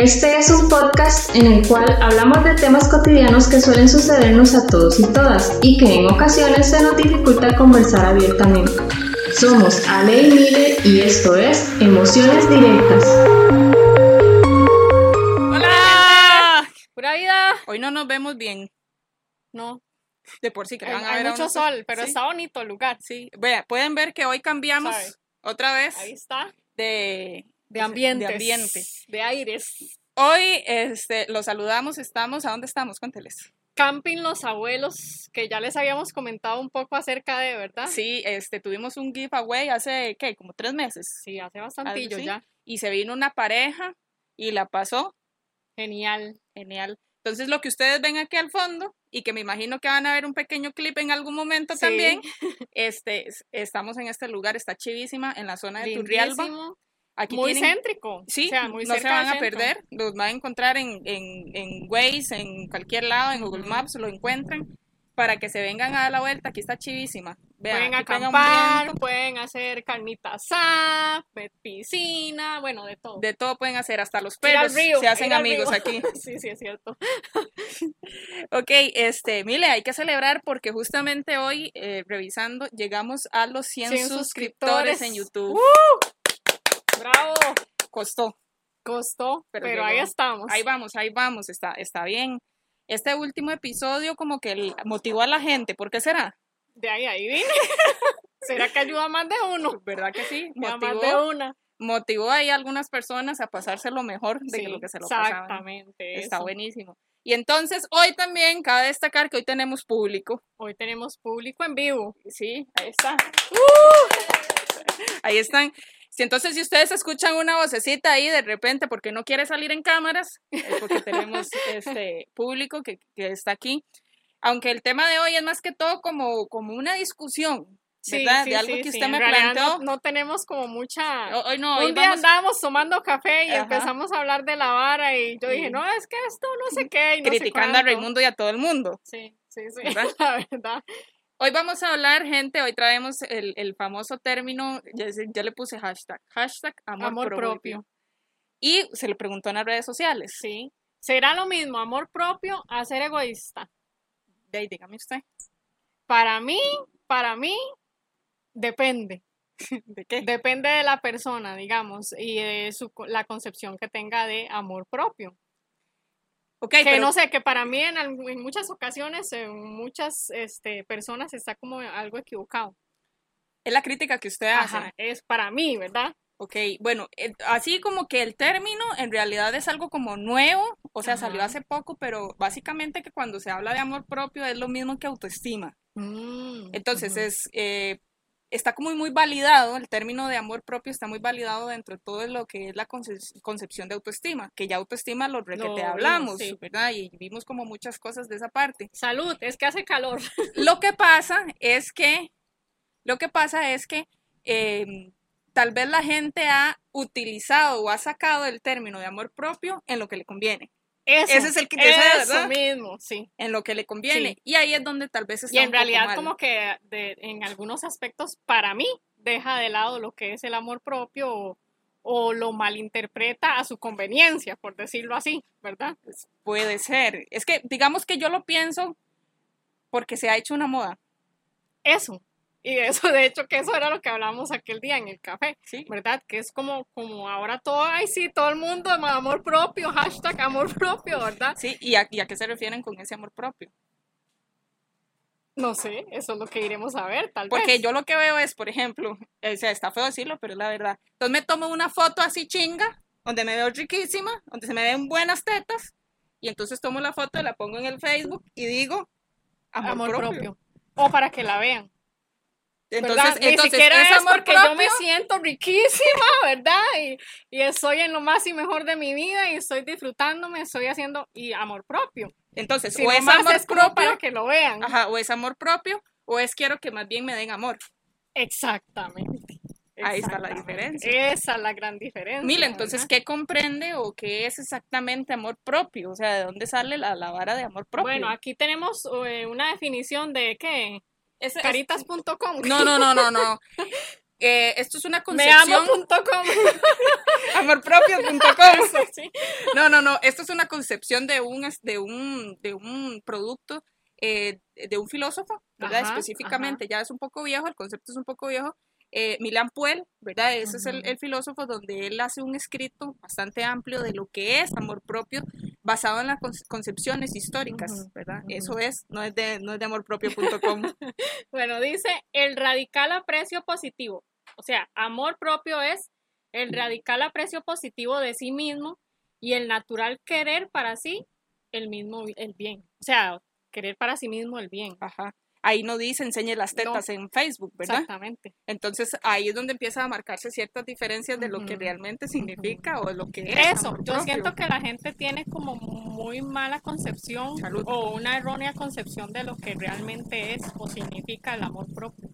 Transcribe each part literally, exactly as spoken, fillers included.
Este es un podcast en el cual hablamos de temas cotidianos que suelen sucedernos a todos y todas y que en ocasiones se nos dificulta conversar abiertamente. Somos Ale y Mile y esto es Emociones Directas. ¡Hola! ¡Pura vida! Hoy no nos vemos bien. No. De por sí que hay, van a hay ver mucho a sol, pero sí. Está bonito el lugar. Sí, vea, pueden ver que hoy cambiamos ¿Sabe? Otra vez. Ahí está. De, de ambientes. De ambiente. De aires. Hoy este, los saludamos, estamos, ¿a dónde estamos? Cuénteles. Camping Los Abuelos, que ya les habíamos comentado un poco acerca de, ¿verdad? Sí, este, tuvimos un giveaway hace, ¿qué? Como tres meses. Sí, hace bastantillo sí. ya. Y se vino una pareja y la pasó. Genial. Genial. Entonces lo que ustedes ven aquí al fondo, y que me imagino que van a ver un pequeño clip en algún momento sí. también, este, estamos en este lugar, está chivísima, en la zona de Lindísimo. Turrialba. Aquí muy tienen, céntrico. Sí, o sea, muy no cerca se van a del centro. perder, los van a encontrar en, en, en Waze, en cualquier lado, en Google Maps, lo encuentran, para que se vengan a dar la vuelta, aquí está chivísima. Vean, pueden aquí pega un acampar, viento. pueden hacer carnita asada, piscina, bueno, de todo. De todo pueden hacer, hasta los perros río, se hacen amigos río. aquí. Sí, sí, es cierto. Ok, este, Mile, hay que celebrar porque justamente hoy, eh, revisando, llegamos a los cien, cien suscriptores. suscriptores en YouTube. ¡Uh! ¡Bravo! Costó. Costó, pero, pero llegó. ahí estamos. Ahí vamos, ahí vamos, está, está bien. Este último episodio como que el, motivó a la gente, ¿por qué será? De ahí, ahí vine. ¿Será que ayuda a más de uno? ¿Verdad que sí? Motivó, Motivó, más de una. motivó ahí a algunas personas a pasárselo mejor de sí, lo que se lo pasaban. Exactamente. Está eso. buenísimo. Y entonces hoy también cabe destacar que hoy tenemos público. Hoy tenemos público en vivo. Sí, ahí está. Uh, ahí están. Si entonces si ustedes escuchan una vocecita ahí de repente porque no quiere salir en cámaras, es porque tenemos este público que, que está aquí. Aunque el tema de hoy es más que todo como, como una discusión, ¿verdad? Sí, sí, de algo sí, que sí. usted en me realidad planteó. No, no tenemos como mucha... Hoy no, Un hoy día vamos... andábamos tomando café y Ajá. empezamos a hablar de la vara y yo Sí. dije, no, es que esto no sé qué y no criticando sé a Raimundo y a todo el mundo. Sí, sí, sí, ¿verdad? la verdad. Hoy vamos a hablar, gente, hoy traemos el, el famoso término, ya, ya le puse hashtag, hashtag amor, Amor propio. propio. Y se le preguntó en las redes sociales. Sí. ¿Será lo mismo amor propio a ser egoísta? De ahí, dígame usted. Para mí, para mí, depende. ¿De qué? Depende de la persona, digamos, y de su, la concepción que tenga de amor propio. Okay, que pero... no sé, que para mí en, en muchas ocasiones, en muchas este, personas está como algo equivocado. Es la crítica que usted hace. Ajá, es para mí, ¿verdad? Ok, bueno, eh, así como que el término en realidad es algo como nuevo, o sea, Ajá. salió hace poco, pero básicamente que cuando se habla de amor propio es lo mismo que autoestima. Mm, Entonces uh-huh. es... Eh, está como muy validado, el término de amor propio está muy validado dentro de todo lo que es la conce- concepción de autoestima, que ya autoestima lo re que te hablamos, sí. ¿verdad? Y vimos como muchas cosas de esa parte. Salud, es que hace calor. Lo que pasa es que, lo que pasa es que eh, tal vez la gente ha utilizado o ha sacado el término de amor propio en lo que le conviene. Eso, Ese es el que eso ¿verdad? mismo, sí. En lo que le conviene. Sí. Y ahí es donde tal vez está Y en un poco realidad mal. como que de, en algunos aspectos, para mí, deja de lado lo que es el amor propio o, o lo malinterpreta a su conveniencia, por decirlo así, ¿verdad? Puede ser. Es que digamos que yo lo pienso porque se ha hecho una moda. Eso. Y eso, de hecho, que eso era lo que hablábamos aquel día en el café, Sí. ¿verdad? Que es como, como ahora todo, ay sí, todo el mundo, amor propio, hashtag amor propio, ¿verdad? Sí, ¿y a, y a qué se refieren con ese amor propio? No sé, eso es lo que iremos a ver, tal Porque vez. yo lo que veo es, por ejemplo, o sea, está feo decirlo, pero es la verdad. Entonces me tomo una foto así chinga, donde me veo riquísima, donde se me ven buenas tetas, y entonces tomo la foto, la pongo en el Facebook y digo, amor, amor propio. propio. O para que la vean. Entonces, ¿verdad? Ni entonces siquiera es es amor porque propio. yo me siento riquísima, ¿verdad? Y, y estoy en lo más y mejor de mi vida y estoy disfrutándome, estoy haciendo y amor propio. Entonces, Si o no es más amor es como propio, para que lo vean. ajá, o es amor propio, o es quiero que más bien me den amor. Exactamente. Ahí está la Exactamente. diferencia. Esa es la gran diferencia. Mira, entonces, ¿verdad? ¿qué comprende o qué es exactamente amor propio? O sea, ¿de dónde sale la, la vara de amor propio? Bueno, aquí tenemos eh, una definición de ¿qué? Ese- Caritas punto com. No, no, no, no, no. Eh, esto es una concepción. Me amo punto com. amor propio punto com. Sí. No, no, no. Esto es una concepción de un, de un, de un producto, eh, de un filósofo, ¿verdad? Ajá, específicamente. Ajá. Ya es un poco viejo, el concepto es un poco viejo. Eh, Milan Puel, ¿verdad? Ese uh-huh. es el, el filósofo donde él hace un escrito bastante amplio de lo que es amor propio, basado en las concepciones históricas, uh-huh. ¿verdad? Uh-huh. Eso es, no es de, no es de amor propio punto com. Bueno, dice el radical aprecio positivo. O sea, amor propio es el radical aprecio positivo de sí mismo y el natural querer para sí el mismo, el bien. O sea, querer para sí mismo el bien. Ajá. Ahí no dice enseñe las tetas no, en Facebook, ¿verdad? Exactamente. Entonces ahí es donde empieza a marcarse ciertas diferencias de lo uh-huh. que realmente significa uh-huh. o de lo que es. Eso, yo propio. Siento que la gente tiene como muy mala concepción Salud. O una errónea concepción de lo que realmente es o significa el amor propio.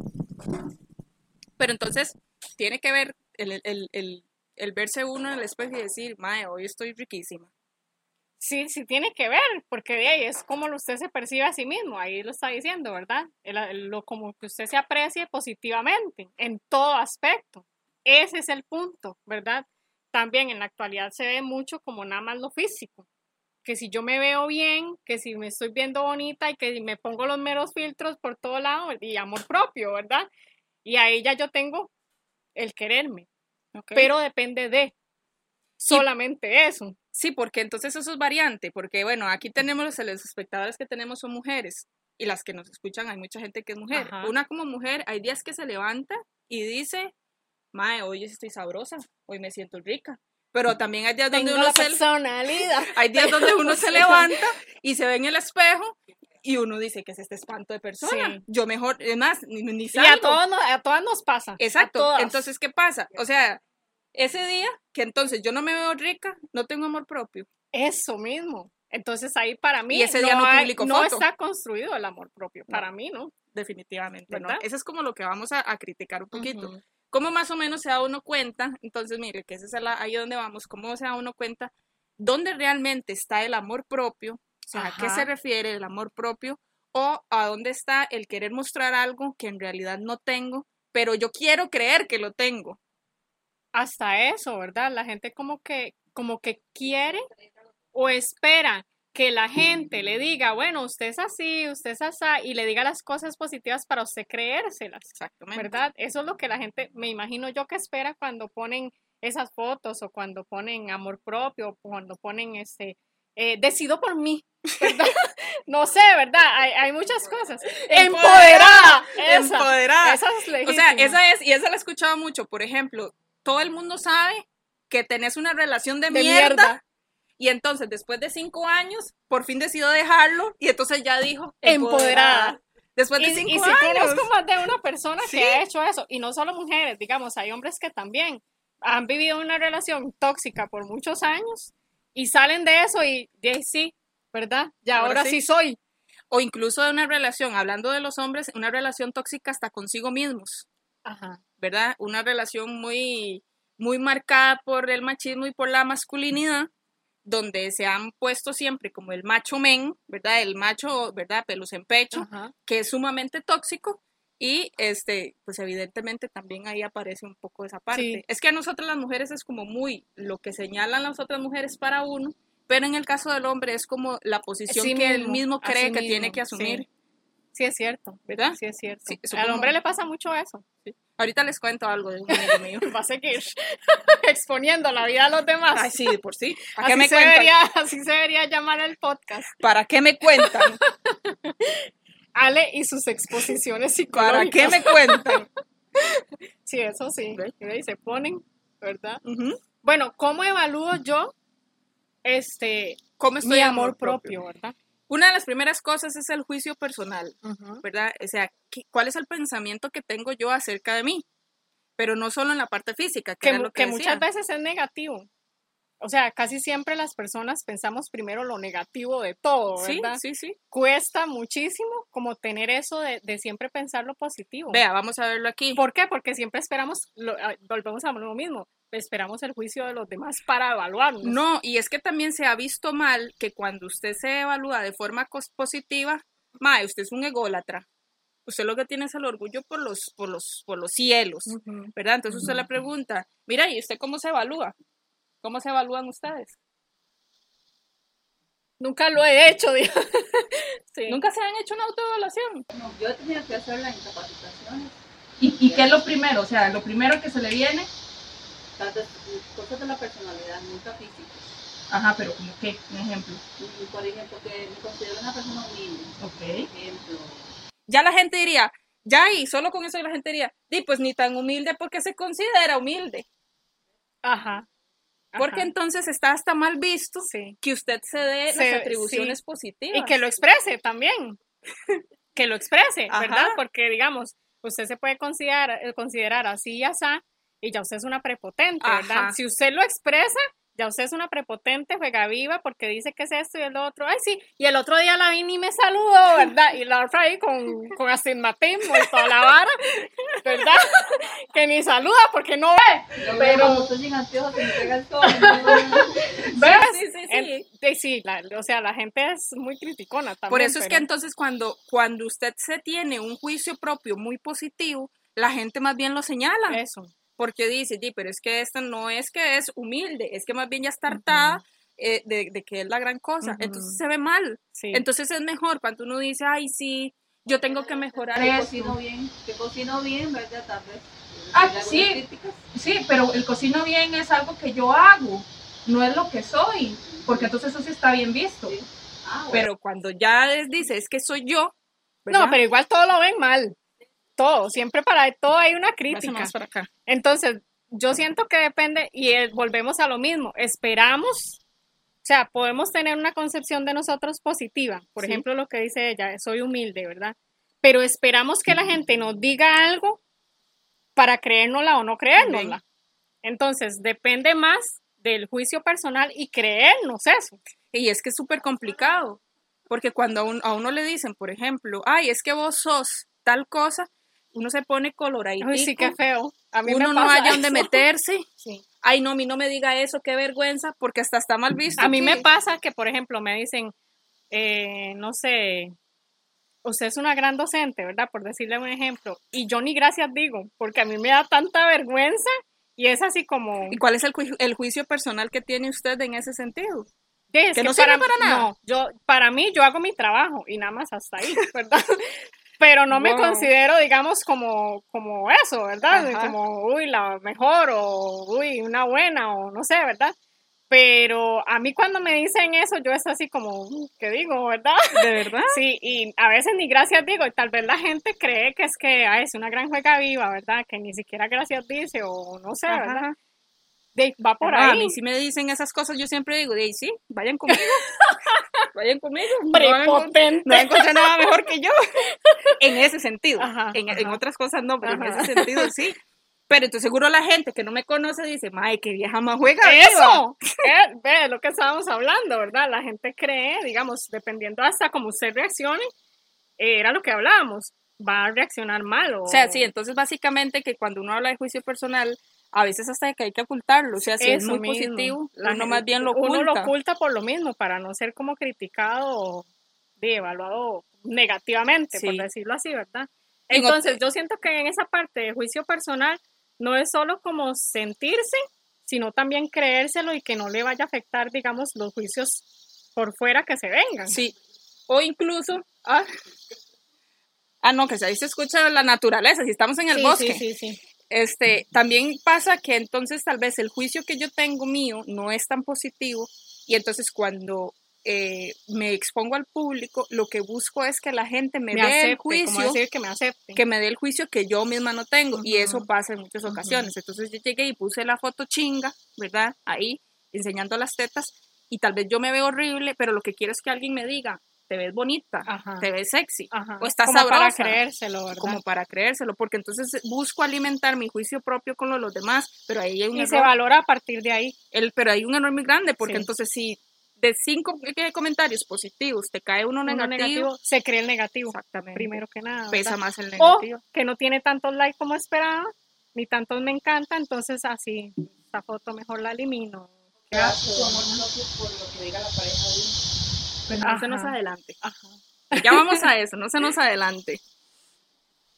Pero entonces tiene que ver el, el, el, el verse uno en el espejo y decir, mae, hoy estoy riquísima. Sí, sí tiene que ver, porque de ahí es como usted se percibe a sí mismo, ahí lo está diciendo, ¿verdad? El, el, lo, como que usted se aprecie positivamente, en todo aspecto. Ese es el punto, ¿verdad? También en la actualidad se ve mucho como nada más lo físico, que si yo me veo bien, que si me estoy viendo bonita y que me pongo los meros filtros por todo lado, y amor propio, ¿verdad? Y ahí ya yo tengo el quererme, okay. Pero depende de solamente y, eso. Sí, porque entonces eso es variante, porque bueno, aquí tenemos los, los espectadores que tenemos son mujeres y las que nos escuchan hay mucha gente que es mujer. Ajá. Una como mujer, hay días que se levanta y dice, mae, hoy estoy sabrosa, hoy me siento rica. Pero también hay días donde Tengo uno la se personalidad. Hay días donde uno se levanta y se ve en el espejo y uno dice que es este espanto de persona. Sí. Yo mejor, es más, ni, ni salgo. Y a todos, a todas nos pasa. Exacto. Entonces, ¿qué pasa? O sea, ese día que entonces yo no me veo rica, no tengo amor propio. Eso mismo. Entonces ahí para mí y ese día no, no, hay, no está construido el amor propio. No, para mí, ¿no? Definitivamente, ¿verdad? ¿no? Eso es como lo que vamos a, a criticar un poquito. Uh-huh. ¿Cómo más o menos se da uno cuenta? Entonces, mire, que ese es la, ahí donde vamos. ¿Cómo se da uno cuenta dónde realmente está el amor propio? O sea, Ajá. ¿a qué se refiere el amor propio? O a dónde está el querer mostrar algo que en realidad no tengo, pero yo quiero creer que lo tengo. Hasta eso, ¿verdad? La gente como que, como que quiere o espera que la gente le diga, bueno, usted es así, usted es así, y le diga las cosas positivas para usted creérselas. Exactamente. ¿Verdad? Eso es lo que la gente, me imagino yo que espera cuando ponen esas fotos o cuando ponen amor propio, o cuando ponen este, eh, decido por mí, ¿verdad? No sé, ¿verdad? Hay, hay muchas cosas. Empoderada. Esa, Empoderada. Esa es legítima. O sea, esa es, y esa la he escuchado mucho, por ejemplo, todo el mundo sabe que tenés una relación de, de mierda, mierda y entonces después de cinco años por fin decidió dejarlo y entonces ya dijo empoderada. empoderada. Después de y, cinco y años. Y si conozco más de una persona ¿Sí? que ha hecho eso, y no solo mujeres, digamos, hay hombres que también han vivido una relación tóxica por muchos años y salen de eso y de sí, ¿verdad? Ya ahora, ahora sí. sí soy. O incluso de una relación, hablando de los hombres, una relación tóxica hasta consigo mismos. Ajá. ¿Verdad? Una relación muy, muy marcada por el machismo y por la masculinidad, donde se han puesto siempre como el macho men, ¿verdad? El macho, ¿verdad? Pelos en pecho, Ajá. que es sumamente tóxico y, este, pues evidentemente también ahí aparece un poco esa parte. Sí. Es que a nosotras las mujeres es como muy lo que señalan las otras mujeres para uno, pero en el caso del hombre es como la posición sí que mismo, él mismo cree que mismo. tiene que asumir. Sí. sí, es cierto, ¿verdad? Sí, es cierto. Sí, Al como... hombre le pasa mucho eso. Sí. Ahorita les cuento algo de un amigo mío. Va a seguir exponiendo la vida a los demás. Ay, sí, de por sí. ¿Para qué me cuentan? Debería, así se debería llamar el podcast. ¿Para qué me cuentan? Ale y sus exposiciones psicológicas. ¿Para qué me cuentan? Sí, eso sí. Y se ponen, ¿verdad? Uh-huh. Bueno, ¿cómo evalúo yo este, ¿Cómo estoy mi amor propio, propio, verdad? Una de las primeras cosas es el juicio personal, uh-huh. ¿verdad? O sea, ¿cuál es el pensamiento que tengo yo acerca de mí? Pero no solo en la parte física, que, que, era lo que, que muchas veces es negativo. O sea, casi siempre las personas pensamos primero lo negativo de todo, ¿verdad? Sí, sí, sí. Cuesta muchísimo como tener eso de, de siempre pensar lo positivo. Vea, vamos a verlo aquí. ¿Por qué? Porque siempre esperamos, lo, volvemos a lo mismo, esperamos el juicio de los demás para evaluarnos. No, y es que también se ha visto mal que cuando usted se evalúa de forma positiva, mae, usted es un ególatra. usted lo que tiene es el orgullo por los, por los, por los cielos, uh-huh. ¿verdad? Entonces usted uh-huh. le pregunta, mira, ¿y usted cómo se evalúa? ¿Cómo se evalúan ustedes? Nunca lo he hecho, digo. Sí. ¿Nunca se han hecho una autoevaluación? No, yo he tenido que hacerla en capacitaciones. ¿Y, y qué es lo primero? O sea, lo primero que se le viene... Tantas cosas de la personalidad, nunca físicas. Ajá, pero ¿como qué? Un ejemplo. Por ejemplo, que me considero una persona humilde. Ok. Por ejemplo. Ya la gente diría, ya, y solo con eso la gente diría, di, pues ni tan humilde porque se considera humilde. Ajá. Porque Ajá. entonces está hasta mal visto sí. que usted se dé se, las atribuciones sí. positivas. Y que lo exprese también. Que lo exprese, Ajá. ¿verdad? Porque, digamos, usted se puede considerar, considerar así y así, y ya usted es una prepotente, ¿verdad? Ajá. Si usted lo expresa, ya usted es una prepotente, juega viva, porque dice que es esto y el otro. Ay, sí, y el otro día la vi y me saludó, ¿verdad? Y la otra ahí con, con astigmatismo y toda la vara, ¿verdad? Que ni saluda porque no ve. Yo pero como estoy sin anteojos, se me pega el sol. ¿Ves? Sí, sí, sí. En, de, sí la, o sea, la gente es muy criticona también. Por eso pero... es que entonces cuando, cuando usted se tiene un juicio propio muy positivo, la gente más bien lo señala. Eso. Porque dice, sí, pero es que esta no es que es humilde, es que más bien ya está hartada uh-huh. eh, de, de que es la gran cosa. Uh-huh. Entonces se ve mal. Sí. Entonces es mejor cuando uno dice, ay, sí, yo tengo que mejorar que esto. Cocino bien, que cocino bien, ¿verdad? Tal vez. Ah, sí, sí, pero el cocino bien es algo que yo hago, no es lo que soy, porque entonces eso sí está bien visto. Sí. Ah, bueno. Pero cuando ya es, dice, es que soy yo, ¿verdad? No, pero igual todo lo ven mal. Todo, siempre para todo hay una crítica. Para acá. Entonces, yo siento que depende, y es, volvemos a lo mismo, esperamos, o sea, podemos tener una concepción de nosotros positiva, por sí. ejemplo, lo que dice ella, soy humilde, ¿verdad? Pero esperamos que la gente nos diga algo para creérnosla o no creérnosla. Okay. Entonces, depende más del juicio personal y creernos eso. Y es que es súper complicado, porque cuando a, un, a uno le dicen, por ejemplo, ay, es que vos sos tal cosa, uno se pone coloradito. Ay, sí, qué feo. A mí uno me no pasa haya donde eso. meterse. Sí. Ay, no, a mí no me diga eso, qué vergüenza, porque hasta está mal visto. A mí que... me pasa que, por ejemplo, me dicen, eh, no sé, usted es una gran docente, ¿verdad? Por decirle un ejemplo. Y yo ni gracias digo, porque a mí me da tanta vergüenza y es así como... ¿Y cuál es el, ju- el juicio personal que tiene usted en ese sentido? Sí, es que, que no sirve para, para nada. No, yo, para mí, yo hago mi trabajo y nada más hasta ahí, ¿verdad? Pero no me wow. considero, digamos, como, como eso, ¿verdad? Ajá. Como, uy, la mejor, o uy, una buena, o no sé, ¿verdad? Pero a mí cuando me dicen eso, yo es así como, ¿qué digo, verdad? ¿De verdad? Sí, y a veces ni gracias digo, y tal vez la gente cree que es que ay, es una gran juega viva, ¿verdad? Que ni siquiera gracias dice, o no sé, Ajá. ¿verdad? De, va por ah, ahí. A mí si me dicen esas cosas, yo siempre digo, de ahí sí, vayan conmigo. Vayan conmigo. Prepotente. No encontré nada mejor que yo. En ese sentido. Ajá, en, ajá. en otras cosas no, pero Ajá. en ese sentido sí. Pero entonces seguro la gente que no me conoce dice, ¡ay, qué vieja más juega! ¡Eso! ¿Qué? Ve lo que estábamos hablando, ¿verdad? La gente cree, digamos, dependiendo hasta cómo usted reaccione, eh, era lo que hablábamos, va a reaccionar mal. O... o sea, sí, entonces básicamente que cuando uno habla de juicio personal, a veces hasta que hay que ocultarlo, o sea, si Eso es muy mismo. positivo, la uno gente, más bien lo oculta. Uno lo oculta por lo mismo, para no ser como criticado o de evaluado negativamente, sí. por decirlo así, ¿verdad? Entonces, yo siento que en esa parte de juicio personal no es solo como sentirse, sino también creérselo y que no le vaya a afectar, digamos, los juicios por fuera que se vengan. Sí, o incluso... Ah, ah no, que ahí se escucha la naturaleza, si estamos en el sí, bosque. Sí, sí, sí. Este, también pasa que entonces tal vez el juicio que yo tengo mío no es tan positivo y entonces cuando eh, me expongo al público, lo que busco es que la gente me, me dé acepte, el juicio, como decir que me acepte, que me dé el juicio que yo misma no tengo, uh-huh. y eso pasa en muchas ocasiones. Uh-huh. Entonces yo llegué y puse la foto chinga, ¿verdad? Ahí, enseñando las tetas, y tal vez yo me veo horrible, pero lo que quiero es que alguien me diga, te ves bonita, Ajá. te ves sexy, Ajá. o estás como sabrosa. Para creérselo, ¿verdad? Como para creérselo, porque entonces busco alimentar mi juicio propio con lo de los demás, pero ahí hay un y error. se valora a partir de ahí. El, pero hay un error muy grande, porque sí. entonces si de cinco comentarios positivos te cae uno, uno negativo, negativo, se cree el negativo. Exactamente. Primero que nada. Pesa ¿verdad? más el negativo. O que no tiene tantos likes como esperaba, ni tantos me encanta, entonces así, esta foto mejor la elimino. ¿Qué hace tu amor propio por lo que diga la pareja de uno? Pues no se nos adelante. Ajá. Ya vamos a eso, no se nos adelante.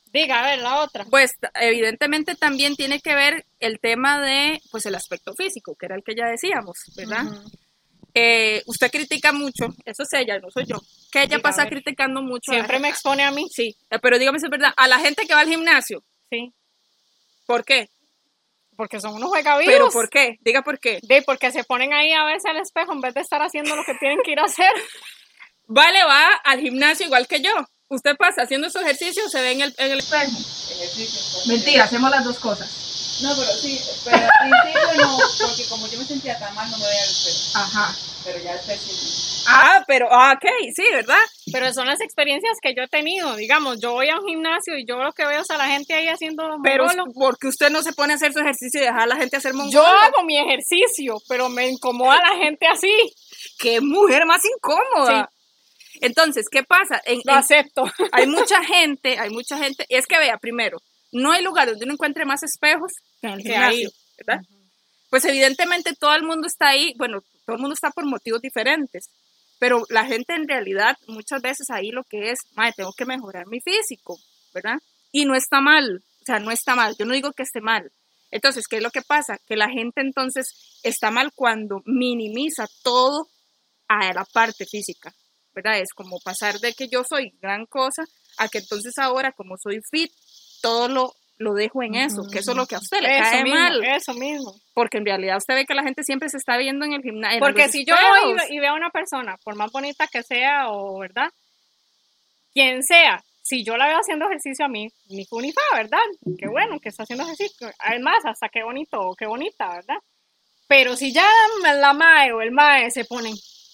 Diga, a ver, la otra. Pues evidentemente también tiene que ver el tema de, pues el aspecto físico, que era el que ya decíamos, ¿verdad? Uh-huh. Eh, usted critica mucho, eso es ella, no soy yo, que ella Dígame. pasa criticando mucho. Siempre me expone a mí. Sí, pero dígame si es verdad, a la gente que va al gimnasio. Sí. ¿Por qué? Porque son unos juegavivos. ¿Pero por qué? Diga por qué. De porque se ponen ahí a verse al espejo en vez de estar haciendo lo que tienen que ir a hacer. Vale, va al gimnasio igual que yo. Usted pasa haciendo su ejercicio, se ve en el, en el espejo. Ejercicio. Mentira, hacemos las dos cosas. No, pero sí, pero al principio no, porque como yo me sentía tan mal, no me veía al espejo. Ajá. Pero ya después sí. Ah, pero, ah, ok, sí, ¿verdad? Pero son las experiencias que yo he tenido, digamos, yo voy a un gimnasio y yo lo que veo es a la gente ahí haciendo pero mongolo. Porque usted no se pone a hacer su ejercicio y dejar a la gente hacer mongolo. Yo hago mi ejercicio, pero me incomoda la gente así. ¡Qué mujer más incómoda! Sí. Entonces, ¿qué pasa? En, lo en, acepto. Hay mucha gente, hay mucha gente, es que vea, primero, no hay lugar donde uno encuentre más espejos que en el gimnasio, ¿verdad? Uh-huh. Pues evidentemente todo el mundo está ahí, bueno, todo el mundo está por motivos diferentes, pero la gente en realidad muchas veces ahí lo que es, madre, tengo que mejorar mi físico, ¿verdad? Y no está mal, o sea, no está mal, yo no digo que esté mal. Entonces, ¿qué es lo que pasa? Que la gente entonces está mal cuando minimiza todo a la parte física, ¿verdad? Es como pasar de que yo soy gran cosa a que entonces ahora como soy fit, todo lo, lo dejo en eso, uh-huh. que eso es lo que a usted le eso cae mismo, mal. Eso mismo. Porque en realidad usted ve que la gente siempre se está viendo en el gimnasio. Porque si yo voy y veo a una persona, por más bonita que sea, o verdad, quien sea, si yo la veo haciendo ejercicio a mí, mi bonita, ¿verdad? Qué bueno que está haciendo ejercicio. Además, hasta qué bonito o qué bonita, ¿verdad? Pero si ya la mae o el mae se ponen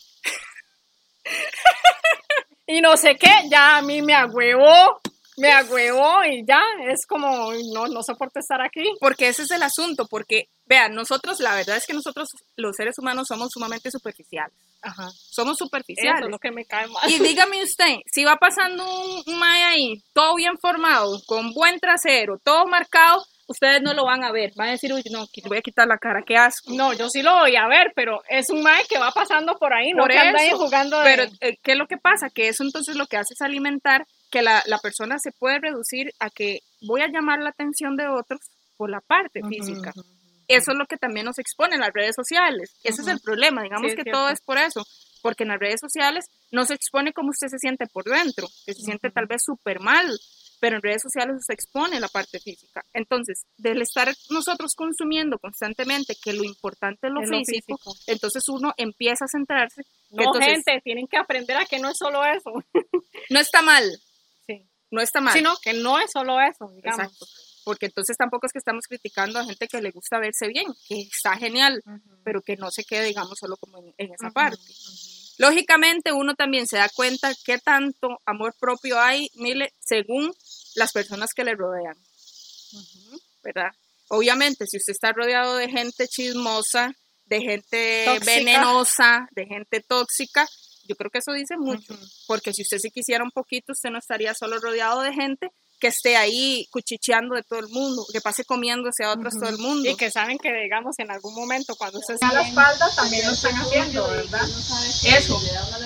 y no sé qué, ya a mí me agüevó, me agüevó y ya, es como, no, no soporto estar aquí. Porque ese es el asunto, porque, vean, nosotros, la verdad es que nosotros, los seres humanos, somos sumamente superficiales. Ajá. Somos superficiales. Eso es lo que me cae mal. Y dígame usted, si va pasando un, un mae ahí, todo bien formado, con buen trasero, todo marcado, ustedes no lo van a ver, van a decir, uy, no, voy a quitar la cara, qué asco. No, yo sí lo voy a ver, pero es un mae que va pasando por ahí, no por que eso, anda ahí jugando de... Pero, eh, ¿qué es lo que pasa? Que eso entonces lo que hace es alimentar que la, la persona se puede reducir a que voy a llamar la atención de otros por la parte uh-huh, física. Uh-huh. Eso es lo que también nos expone en las redes sociales. Ese uh-huh. es el problema, digamos sí, que todo es por eso. Porque en las redes sociales no se expone cómo usted se siente por dentro, que se uh-huh. siente tal vez súper mal, pero en redes sociales se expone la parte física. Entonces, del estar nosotros consumiendo constantemente que lo importante es lo, es físico, lo físico, entonces uno empieza a centrarse. No, entonces, gente, tienen que aprender a que no es solo eso. No está mal. Sí. No está mal. Sino que no es solo eso, digamos. Exacto. Porque entonces tampoco es que estamos criticando a gente que le gusta verse bien, que está genial, uh-huh. pero que no se quede, digamos, solo como en, en esa uh-huh. parte. Uh-huh. Lógicamente uno también se da cuenta qué tanto amor propio hay, mire, según las personas que le rodean, uh-huh. ¿verdad? Obviamente, si usted está rodeado de gente chismosa, de gente tóxica. venenosa, de gente tóxica, yo creo que eso dice mucho, uh-huh. porque si usted se quisiera un poquito, usted no estaría solo rodeado de gente que esté ahí cuchicheando de todo el mundo, que pase comiéndose a otros uh-huh. todo el mundo. Y que saben que, digamos, en algún momento cuando usted se da la espalda, también lo están haciendo, ¿verdad? Eso,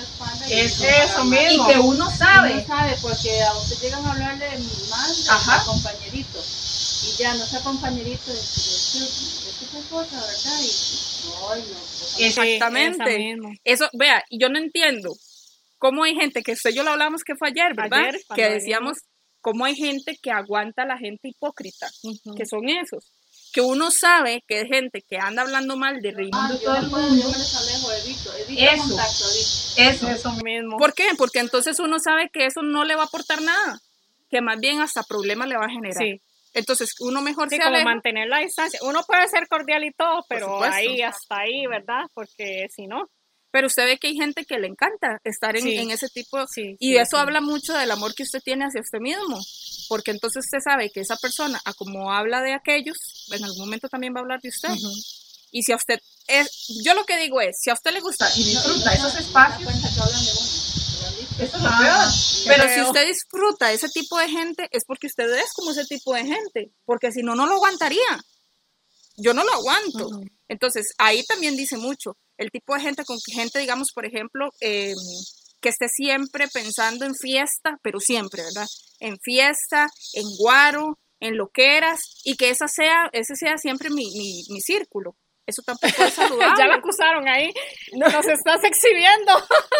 eso, eso mismo. Y que uno sabe. Uno sabe, porque a usted llegan a hablarle mal a compañerito, y ya no sea compañerito, es esa cosa, ¿verdad? Y, no, no, exactamente. Eso, vea, y yo no entiendo cómo hay gente, que usted y yo lo hablamos que fue ayer, ¿verdad? Ayer, que decíamos... cómo hay gente que aguanta a la gente hipócrita, uh-huh. que son esos, que uno sabe que es gente que anda hablando mal de reír ah, de todo el mundo. Yo me les alejo, evito, evito eso, contacto, eso, eso mismo. ¿Por qué? Porque entonces uno sabe que eso no le va a aportar nada, que más bien hasta problemas le va a generar. Sí. Entonces uno mejor sí, se como aleja. mantener la distancia. Uno puede ser cordial y todo, pero ahí hasta ahí, ¿verdad? Porque si no... Pero usted ve que hay gente que le encanta estar en, sí. en ese tipo, sí, y sí, eso sí. habla mucho del amor que usted tiene hacia usted mismo, porque entonces usted sabe que esa persona, a como habla de aquellos, en algún momento también va a hablar de usted. Uh-huh. Y si a usted, es, yo lo que digo es, si a usted le gusta y disfruta esos espacios, eso es lo peor. Pero si usted disfruta ese tipo de gente, es porque usted es como ese tipo de gente, porque si no, no lo aguantaría. Yo no lo aguanto. Uh-huh. Entonces, ahí también dice mucho. El tipo de gente con gente, digamos, por ejemplo, eh, que esté siempre pensando en fiesta, pero siempre, ¿verdad? En fiesta, en guaro, en loqueras, y que esa sea, ese sea siempre mi, mi, mi círculo. Eso tampoco es saludable. Ya la acusaron ahí, nos estás exhibiendo.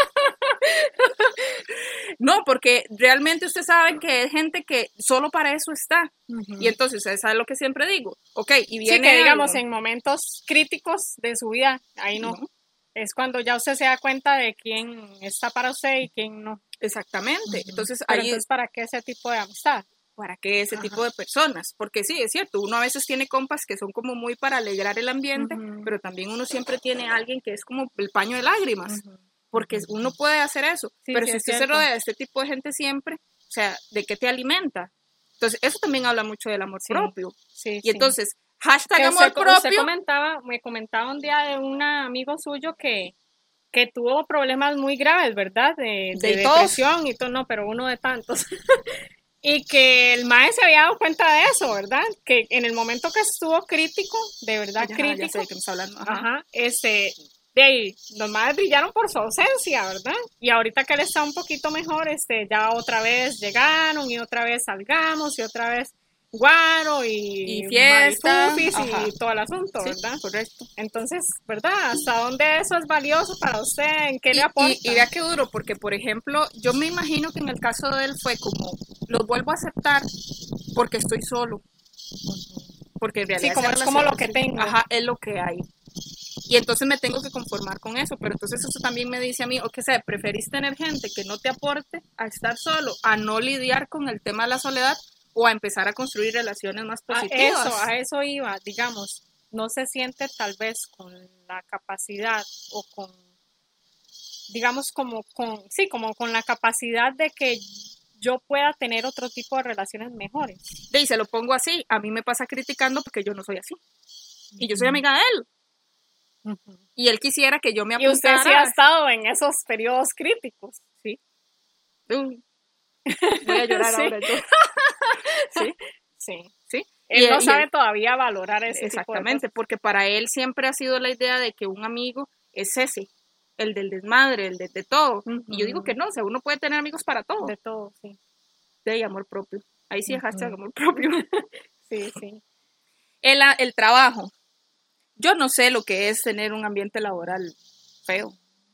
No, porque realmente usted sabe que hay gente que solo para eso está. Uh-huh. Y entonces, usted sabe lo que siempre digo. Ok, y viene. Sí, que digamos, algo. En momentos críticos de su vida, ahí no. Uh-huh. Es cuando ya usted se da cuenta de quién está para usted y quién no. Exactamente. Uh-huh. Entonces, Pero ahí. Entonces, ¿para qué ese tipo de amistad? ¿Para qué ese Ajá. tipo de personas? Porque sí, es cierto, uno a veces tiene compas que son como muy para alegrar el ambiente, uh-huh. pero también uno siempre tiene a alguien que es como el paño de lágrimas, uh-huh. porque uno puede hacer eso, sí, pero sí, si usted se rodea de este tipo de gente siempre, o sea, ¿de qué te alimenta? Entonces, eso también habla mucho del amor sí. propio. Sí, y entonces, sí. hashtag amor usted, propio. Usted comentaba, me comentaba un día de un amigo suyo que, que tuvo problemas muy graves, ¿verdad? De, de, de depresión y todo, no, pero uno de tantos. Y que el mae se había dado cuenta de eso, ¿verdad? Que en el momento que estuvo crítico, de verdad Ajá, crítico. Ya sé de qué me está hablando. Ajá. Ajá, este, de ahí, los maes brillaron por su ausencia, ¿verdad? Y ahorita que él está un poquito mejor, este, ya otra vez llegaron y otra vez salgamos y otra vez guaro y, y fiesta y todo el asunto, sí, ¿verdad? Correcto. Entonces, ¿verdad? ¿Hasta dónde eso es valioso para usted? ¿En qué y, le aporta? Y, y vea qué duro, porque por ejemplo, yo me imagino que en el caso de él fue como, los vuelvo a aceptar porque estoy solo. Porque en realidad sí, como es como lo que tengo. Ajá, es lo que hay. Y entonces me tengo que conformar con eso, pero entonces eso también me dice a mí, o que sea, preferís tener gente que no te aporte a estar solo, a no lidiar con el tema de la soledad, o a empezar a construir relaciones más positivas. A eso, a eso iba, digamos, no se siente tal vez con la capacidad o con, digamos, como con, sí, como con la capacidad de que yo pueda tener otro tipo de relaciones mejores. Y se lo pongo así, a mí me pasa criticando porque yo no soy así. Y yo soy amiga de él. Uh-huh. Y él quisiera que yo me apuntara. Y usted sí ha estado en esos periodos críticos. Sí. Uh. Voy a llorar sí. ahora. ¿Sí? Sí. ¿Sí? Él y, no y sabe él, todavía valorar ese exactamente, tipo de porque para él siempre ha sido la idea de que un amigo es ese, el del desmadre, el de, de todo. Uh-huh. Y yo digo que no, o sea, uno puede tener amigos para todo. De todo, sí. De amor propio. Ahí sí es uh-huh. hashtag amor propio. Sí, sí. El, el trabajo. Yo no sé lo que es tener un ambiente laboral feo.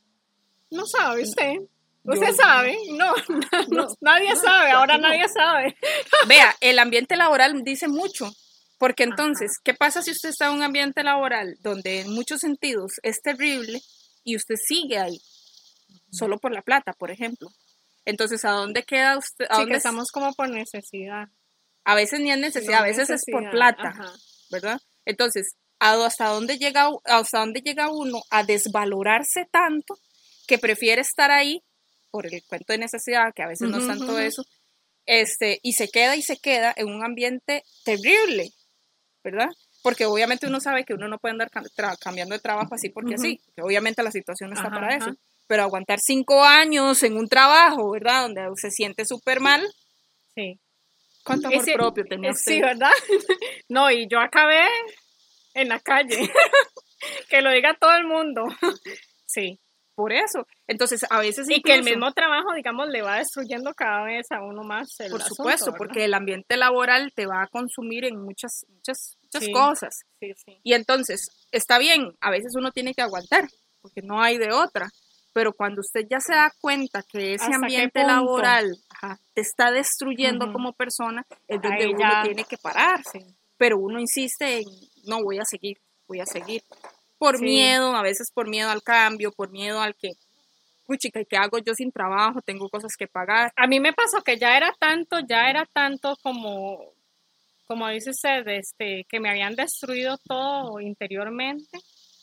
No sabe usted. ¿Usted yo, sabe? No, no, no nadie no, sabe, ahora no. nadie sabe. Vea, el ambiente laboral dice mucho, porque entonces, Ajá. ¿qué pasa si usted está en un ambiente laboral donde en muchos sentidos es terrible y usted sigue ahí, solo por la plata, por ejemplo? Entonces, ¿a dónde queda usted? ¿A sí, dónde que estamos como por necesidad. A veces ni es necesidad, no, a veces necesidad. es por plata, Ajá. ¿verdad? Entonces, ¿hasta dónde llega, hasta dónde llega uno a desvalorarse tanto que prefiere estar ahí por el cuento de necesidad, que a veces uh-huh, no es tanto uh-huh. eso, este, y se queda y se queda en un ambiente terrible, ¿verdad? Porque obviamente uno sabe que uno no puede andar tra- cambiando de trabajo así porque uh-huh. sí, que obviamente la situación no está ajá, para ajá. eso, pero aguantar cinco años en un trabajo, ¿verdad? Donde se siente súper mal. Sí. ¿Cuánto amor Ese, propio tenía usted? Sí, ¿verdad? No, y yo acabé en la calle. Que lo diga todo el mundo. Sí. Por eso. Entonces, a veces y incluso, que el mismo trabajo, digamos, le va destruyendo cada vez a uno más el Por asunto, supuesto, ¿verdad? porque el ambiente laboral te va a consumir en muchas, muchas, muchas sí, cosas. Sí, sí. Y entonces, está bien, a veces uno tiene que aguantar, porque no hay de otra. Pero cuando usted ya se da cuenta que ese ambiente laboral ajá, te está destruyendo uh-huh. como persona, es donde Ahí uno ya... tiene que parar. Sí. Pero uno insiste en, no, voy a seguir, voy a seguir. Por sí. miedo, a veces por miedo al cambio, por miedo al que, uy chica, ¿qué hago yo sin trabajo? Tengo cosas que pagar. A mí me pasó que ya era tanto, ya era tanto como, como dice usted, este, que me habían destruido todo interiormente,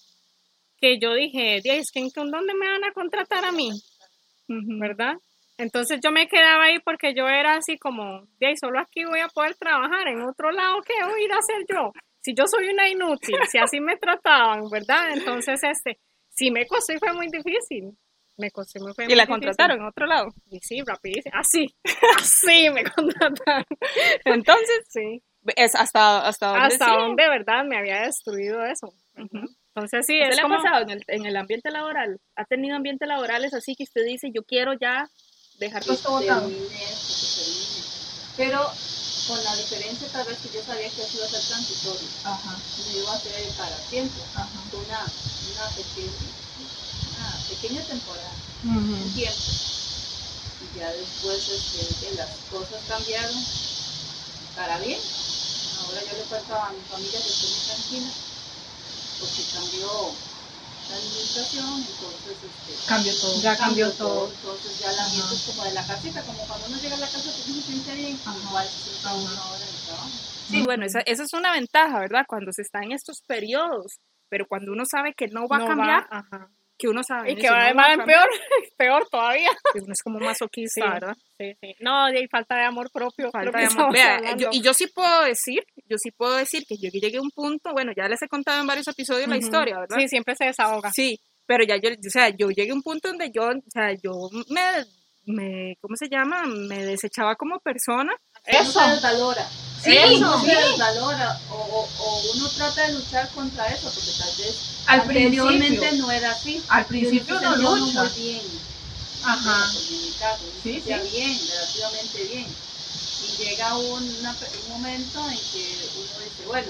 que yo dije, es que ¿en dónde me van a contratar a mí? Uh-huh. ¿Verdad? Entonces yo me quedaba ahí porque yo era así como, solo aquí voy a poder trabajar, en otro lado, ¿qué voy a ir a hacer yo? Si yo soy una inútil, si así me trataban, ¿verdad? Entonces, este, sí me costó y fue muy difícil. Me costó y me fue ¿Y muy la difícil. contrataron en otro lado? Y sí, rapidísimo. Así, así me contrataron. Entonces, sí. Es hasta, hasta dónde Hasta sí. dónde, ¿verdad? Me había destruido eso. Uh-huh. Entonces sí, ¿Qué es le como... ha pasado en el, en el ambiente laboral? ¿Ha tenido ambientes laborales así que usted dice, yo quiero ya dejar todo esto botado? Termine esto, que termine. Pero con la diferencia tal vez que yo sabía que eso iba a ser transitorio. Ajá. No iba a ser para siempre. Ajá. Fue una, una, pequeña, una pequeña temporada, Ujú. un tiempo. Y ya después este, las cosas cambiaron para bien. Ahora yo le cuento a mi familia que estoy muy tranquila porque cambió la administración, entonces este, Cambió todo. Ya cambió todo. entonces ya el ambiente es como de la casita, como cuando uno llega a la casa que uno se siente bien, Ajá. igual se siente uno ahora en el trabajo. Sí, bueno, esa, esa es una ventaja, ¿verdad? Cuando se está en estos periodos, pero cuando uno sabe que no va no a cambiar, va, ajá. que uno sabe Y que eso, va no de mal a en cambiar, peor, peor todavía. que uno es como masoquista, Sí. ¿verdad? Sí, sí. No, y hay falta de amor propio. Falta lo que de amor. estamos Vea, hablando. yo- y yo sí puedo decir, yo sí puedo decir que yo llegué a un punto, bueno, ya les he contado en varios episodios la Ujú. historia, ¿verdad? Sí, siempre se desahoga. Sí, pero ya yo, o sea, yo llegué a un punto donde yo, o sea, yo me, me, ¿cómo se llama? Me desechaba como persona. Uno Eso. se desvalora. Sí, uno sí. se desvalora o, o, o uno trata de luchar contra eso porque tal vez Al anteriormente principio. no era así. Al principio Yo uno me sentía lucha. muy bien. Ajá. Pues, en mi caso, me Sí, sentía sí. bien, relativamente bien. Y llega un, una- un momento en que uno dice, bueno,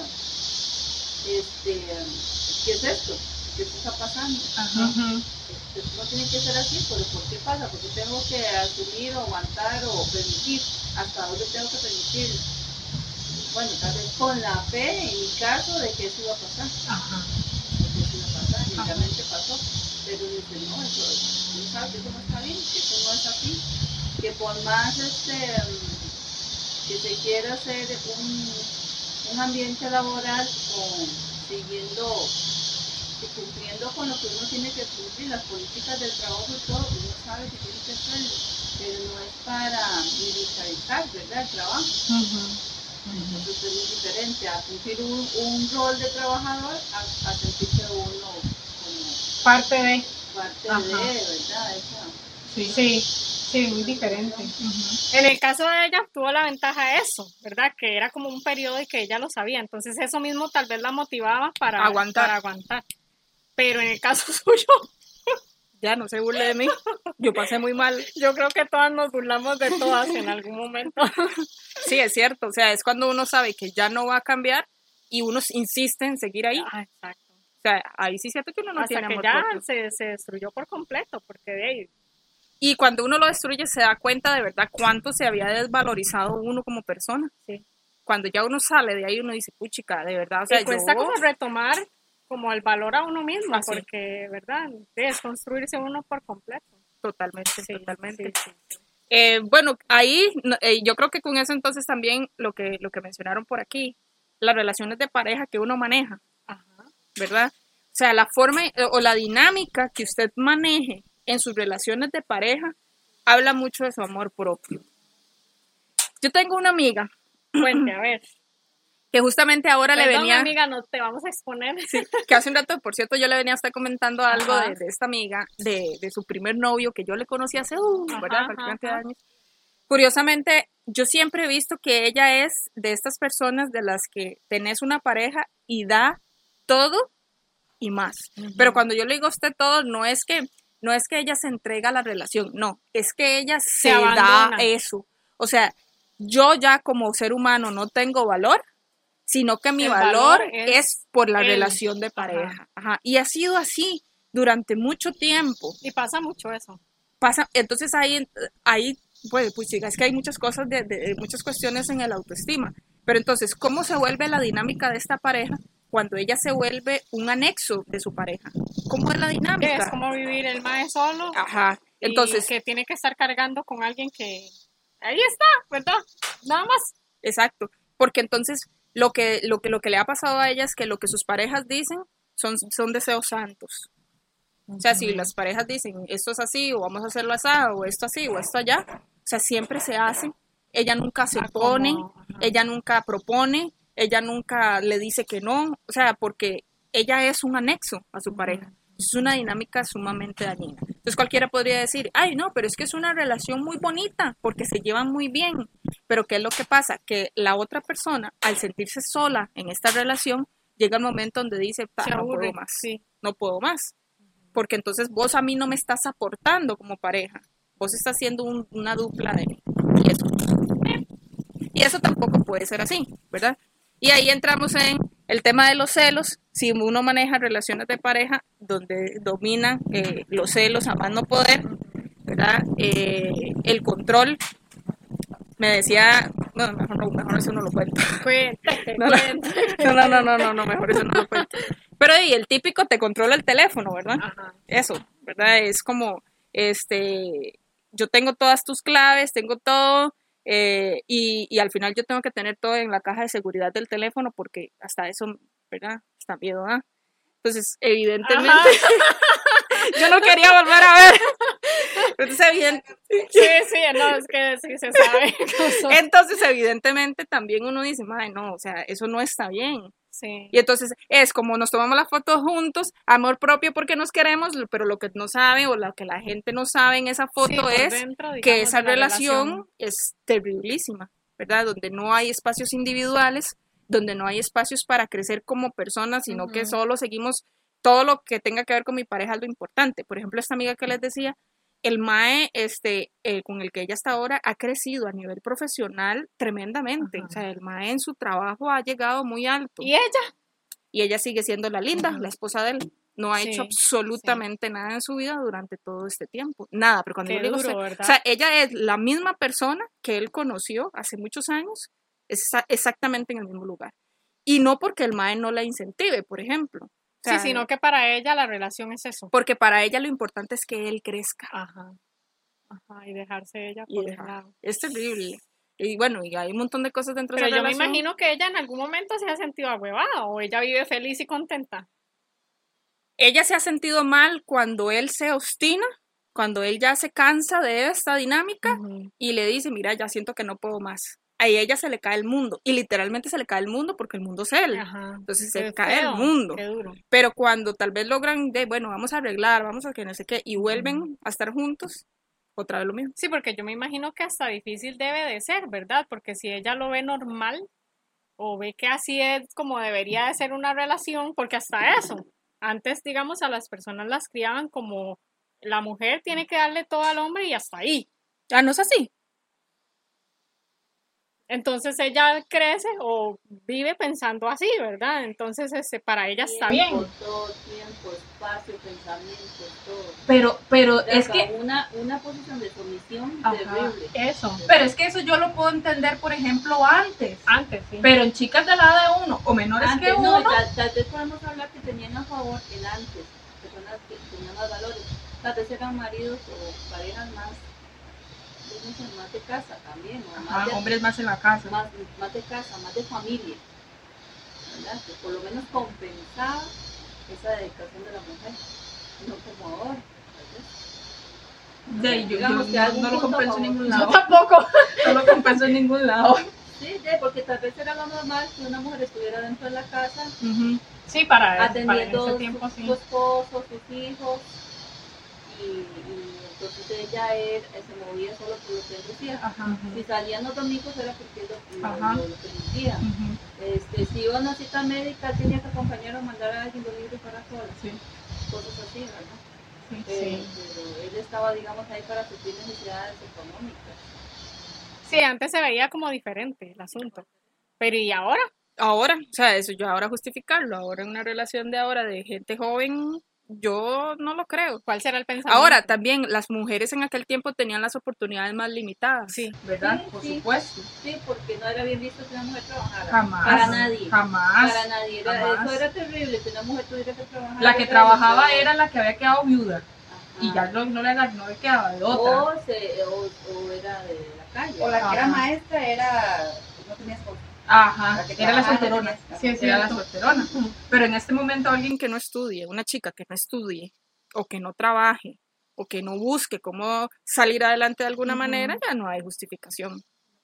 este, ¿qué es esto? ¿Qué está pasando? Ajá. Ujú. Esto no tiene que ser así, pero ¿por qué pasa? Porque tengo que asumir o aguantar o permitir. ¿Hasta dónde tengo que permitir? Bueno, tal vez con la fe, en mi caso, de que eso iba a pasar. Ajá. De que eso iba a pasar, y Ajá. realmente pasó. Pero dice, no, eso, uno sabe que eso no está bien, que eso no es así. Que por más este, mm, que se quiera hacer un, un ambiente laboral con, siguiendo y cumpliendo con lo que uno tiene que cumplir, las políticas del trabajo y todo, uno sabe que tiene que hacerlo, pero no es para militarizar, ¿verdad? El trabajo. Ujú. Entonces es muy diferente a cumplir un, un rol de trabajador a, a sentirse uno como Parte de. parte Ajá. de, ¿verdad? Esa, Sí. Sí. Sí, muy diferente. Ujú. En el caso de ella tuvo la ventaja de eso, ¿verdad? Que era como un periodo y que ella lo sabía. Entonces eso mismo tal vez la motivaba para Aguantar. Para aguantar. Pero en el caso suyo, Ya no se burle de mí, yo pasé muy mal. yo creo que todas nos burlamos de todas en algún momento. Sí, es cierto, o sea, es cuando uno sabe que ya no va a cambiar y uno insiste en seguir ahí. Ah, exacto. O sea, ahí sí es cierto que uno no Hasta tiene que amor ya propio. se, se destruyó por completo, porque de ahí, Y cuando uno lo destruye se da cuenta de verdad cuánto se había desvalorizado uno como persona. sí. Cuando ya uno sale de ahí uno dice, puchica, de verdad, o sea, y cuesta yo... como retomar como el valor a uno mismo, Así. porque, ¿verdad? Es construirse uno por completo. Totalmente, Sí, totalmente. sí, sí, sí. Eh, bueno, ahí no, eh, yo creo que con eso entonces también lo que, lo que mencionaron por aquí, las relaciones de pareja que uno maneja, Ajá. ¿verdad? O sea, la forma eh, o la dinámica que usted maneje en sus relaciones de pareja habla mucho de su amor propio. Yo tengo una amiga Cuente, a ver. que justamente ahora le Perdón, venía, amiga, no te vamos a exponer. que hace un rato, por cierto, yo le venía a estar comentando algo Ajá. de, de esta amiga, de, de su primer novio que yo le conocí hace, uh, Ajá, ¿verdad? ajá, Cualquier cantidad de ajá. años. Curiosamente, yo siempre he visto que ella es de estas personas de las que tenés una pareja y da todo y más. Pero cuando yo le digo a usted todo, no es que no es que ella se entrega a la relación, no, es que ella se, da abandona. eso. O sea, yo ya como ser humano no tengo valor, sino que mi El valor, valor es, es por la él. relación de pareja. Ajá. Y ha sido así durante mucho tiempo. Y pasa mucho eso. Pasa, entonces ahí, ahí pues, pues sí, es que hay muchas cosas, de, de- muchas cuestiones en el autoestima. Pero entonces, ¿cómo se vuelve la dinámica de esta pareja cuando ella se vuelve un anexo de su pareja? ¿Cómo es la Que dinámica? es como vivir el mae solo. Ajá. y Entonces, que tiene que estar cargando con alguien que ahí está, ¿verdad? Nada más. exacto. Porque entonces lo que, lo que, lo que le ha pasado a ella es que lo que sus parejas dicen son, son deseos santos. O sea, si las parejas dicen esto es así, o vamos a hacerlo así, o esto así, o esto allá, o sea, siempre se hace. Ella nunca se Ah, pone, como, ajá. ella nunca propone, ella nunca le dice que no, o sea, porque ella es un anexo a su pareja. Es una dinámica sumamente dañina. Entonces cualquiera podría decir, ay, no, pero es que es una relación muy bonita, porque se llevan muy bien. Pero ¿qué es lo que pasa? Que la otra persona, al sentirse sola en esta relación, llega el momento donde dice, "Pa, Se no aburre, puedo más, sí. no puedo más, porque entonces vos a mí no me estás aportando como pareja, vos estás siendo un- una dupla de mí, y eso, eh, y eso tampoco puede ser así, ¿verdad? Y ahí entramos en el tema de los celos. Si uno maneja relaciones de pareja donde dominan eh, los celos a más no poder, ¿verdad? Eh, el control, me decía, no, mejor no, mejor eso no lo cuento. Cuéntate, No, no, cuéntate. no, no, no, no, no, mejor eso no lo cuento. Pero y el típico te controla el teléfono, ¿verdad? Ajá. Eso, ¿verdad? Es como, este, yo tengo todas tus claves, tengo todo, eh, y, y al final yo tengo que tener todo en la caja de seguridad del teléfono porque hasta eso, ¿verdad? Está miedo, ¿ah? Entonces, evidentemente, Ajá. yo no quería volver a ver. Entonces, evident- Sí, sí, no, es que sí se sabe. entonces, evidentemente, también uno dice, madre, no, o sea, eso no está bien. Sí. Y entonces es como nos tomamos las fotos juntos, amor propio porque nos queremos, pero lo que no sabe o lo que la gente no sabe en esa Sí, foto por es dentro, que digamos, esa de la relación, es terriblísima, ¿verdad? Donde no hay espacios individuales, donde no hay espacios para crecer como personas, sino que Ujú. solo seguimos todo lo que tenga que ver con mi pareja es lo importante. Por ejemplo, esta amiga que les decía, el mae este, eh, con el que ella está ahora ha crecido a nivel profesional tremendamente. Ajá. O sea, el mae en su trabajo ha llegado muy alto. ¿Y ella? Y ella sigue siendo la linda, Ujú. la esposa de él. No ha Sí, hecho absolutamente nada en su vida durante todo este tiempo. Nada, pero cuando Qué yo le digo, duro, o sea, ¿verdad? o sea, ella es la misma persona que él conoció hace muchos años, exa- exactamente en el mismo lugar. Y no porque el mae no la incentive, por ejemplo. O sea, Sí, sino que para ella la relación es eso. porque para ella lo importante es que él crezca. Ajá. Ajá, y dejarse ella Y por dejar- un lado. es terrible. Y bueno, y hay un montón de cosas dentro Pero de esa yo me relación. imagino que ella en algún momento se ha sentido ahuevada o ella vive feliz y contenta. Ella se ha sentido mal cuando él se obstina, cuando él ya se cansa de esta dinámica Ujú. y le dice, mira, ya siento que no puedo más. A ella se le cae el mundo, y literalmente se le cae el mundo porque el mundo es él. Ajá. Entonces Qué se cae el feo, mundo. Qué duro. Pero cuando tal vez logran, de, bueno, vamos a arreglar, vamos a que no sé qué, y vuelven a estar juntos, otra vez lo mismo. Sí, porque yo me imagino que hasta difícil debe de ser, ¿verdad? Porque si ella lo ve normal o ve que así es como debería de ser una relación, porque hasta eso, antes, digamos, a las personas las criaban como la mujer tiene que darle todo al hombre y hasta ahí. Ah, no es así. Entonces ella crece o vive pensando así, ¿verdad? Entonces este, para ella está bien. Tiempo, todo, tiempo, espacio, pensamiento, todo. Pero, pero O sea, es que, una, una posición de sumisión Ajá. terrible. Eso. pero es que eso yo lo puedo entender, por ejemplo, antes. Antes, sí. Pero en chicas de la edad de uno o menores Antes, que no, uno, tal, tal vez podemos hablar que tenían a favor el antes, personas que tenían más valores. Tal vez eran maridos o parejas más, yo no sé, más de casa también, o más, ajá, de, hombres más en la casa. más, más de casa, más de familia, ¿verdad? Que por lo menos compensaba esa dedicación de la mujer, no como ahora, tal vez. De ahí, yo, yo Digamos que no, algún no lo punto compenso en a favor. ningún Yo lado. tampoco. No lo compenso en ningún lado. Sí, de, porque tal vez era lo normal que una mujer estuviera dentro de la casa Ujú. Sí, para, para atendiendo ese a tiempo su, sí. su esposo, sus hijos, y, y entonces ella era- se movía solo por lo que él decía. Ajá. Si salían los domingos era porque lo, lo, Ajá. lo, lo permitía. Ujú. Este, si iba a una cita médica, tenía que acompañar o mandar a alguien de libre para sola. Sí, Cosas así, ¿verdad? sí. Eh, Sí. Pero él estaba, digamos, ahí para suplir necesidades económicas. Sí, antes se veía como diferente el asunto. Pero ¿y ahora? Ahora, o sea, eso yo ahora justificarlo, ahora en una relación de ahora de gente joven, yo no lo creo. ¿Cuál será el pensamiento? Ahora, también las mujeres en aquel tiempo tenían las oportunidades más limitadas. Sí. ¿Verdad? Sí, Por sí. supuesto. Sí, porque no era bien visto que una mujer trabajara. Jamás. Para nadie. Jamás. Para nadie. Era, jamás. eso era terrible, que una mujer tuviera que trabajar. La que Era trabajaba lo- era la que había quedado viuda. Ajá. Y ya no, no, le, no le quedaba de otra. O, se, o, o era de la calle. O la que era Ajá. maestra era, no tenía esposo. Ajá, La que era la trabajaba no solterona. tenía- Sí, sí, era la solterona. Pero en este momento alguien Alguien que no estudie, una chica que no estudie, o que no trabaje, o que no busque cómo salir adelante de alguna Ujú. manera, ya no hay justificación.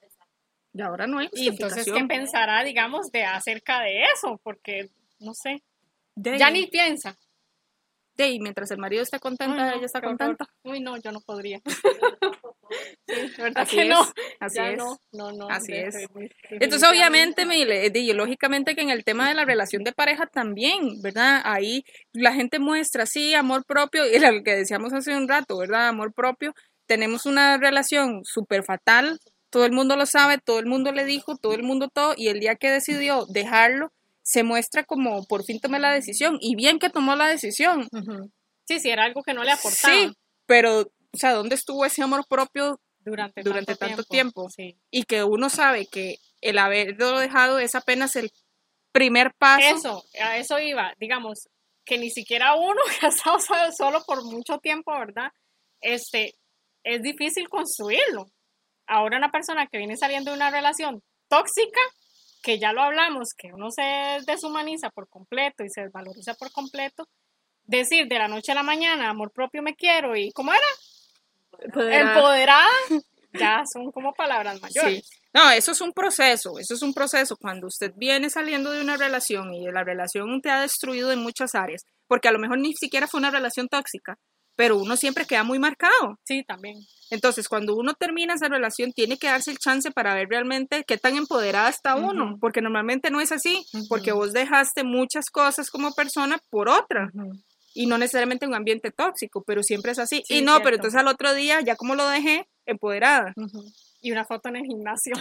Y ahora no hay Y entonces, ¿qué justificación. pensará, digamos, de acerca de eso? Porque, no sé, De, ya ni piensa. de, y mientras el marido está contenta, Ay, no, ella está qué horror. contenta. Uy, no, yo no podría. Sí, ¿verdad Así que es. no? Así ya es. no, no, no. Así de- es. de- Entonces, obviamente, Mile, di- lógicamente que en el tema de la relación de pareja también, ¿verdad? Ahí la gente muestra, sí, amor propio, y lo que decíamos hace un rato, ¿verdad? Amor propio. Tenemos una relación súper fatal, todo el mundo lo sabe, todo el mundo le dijo, todo el mundo todo, y el día que decidió dejarlo, se muestra como por fin tomé la decisión, y bien que tomó la decisión. Ujú. Sí, sí, era algo que no le aportaba Sí, pero, o sea, ¿dónde estuvo ese amor propio durante, durante tanto tiempo? Sí. Y que uno sabe que el haberlo dejado es apenas el primer paso. Eso, a eso iba, digamos, que ni siquiera uno que ha estado solo, solo por mucho tiempo, ¿verdad? Este, es difícil construirlo. Ahora una persona que viene saliendo de una relación tóxica, que ya lo hablamos, que uno se deshumaniza por completo y se desvaloriza por completo, decir de la noche a la mañana, amor propio me quiero, y ¿cómo era? Empoderada. Empoderada, ya son como palabras mayores. Sí. No, eso es un proceso, eso es un proceso. Cuando usted viene saliendo de una relación y la relación te ha destruido en muchas áreas, porque a lo mejor ni siquiera fue una relación tóxica, pero uno siempre queda muy marcado. Sí, también. Entonces, cuando uno termina esa relación, tiene que darse el chance para ver realmente qué tan empoderada está uno, Ujú. porque normalmente no es así, Ujú. porque vos dejaste muchas cosas como persona por otra. Ujú. Y no necesariamente un ambiente tóxico, pero siempre es así. Sí, y no, cierto. pero entonces al otro día, ya como lo dejé, empoderada. Ujú. Y una foto en el gimnasio.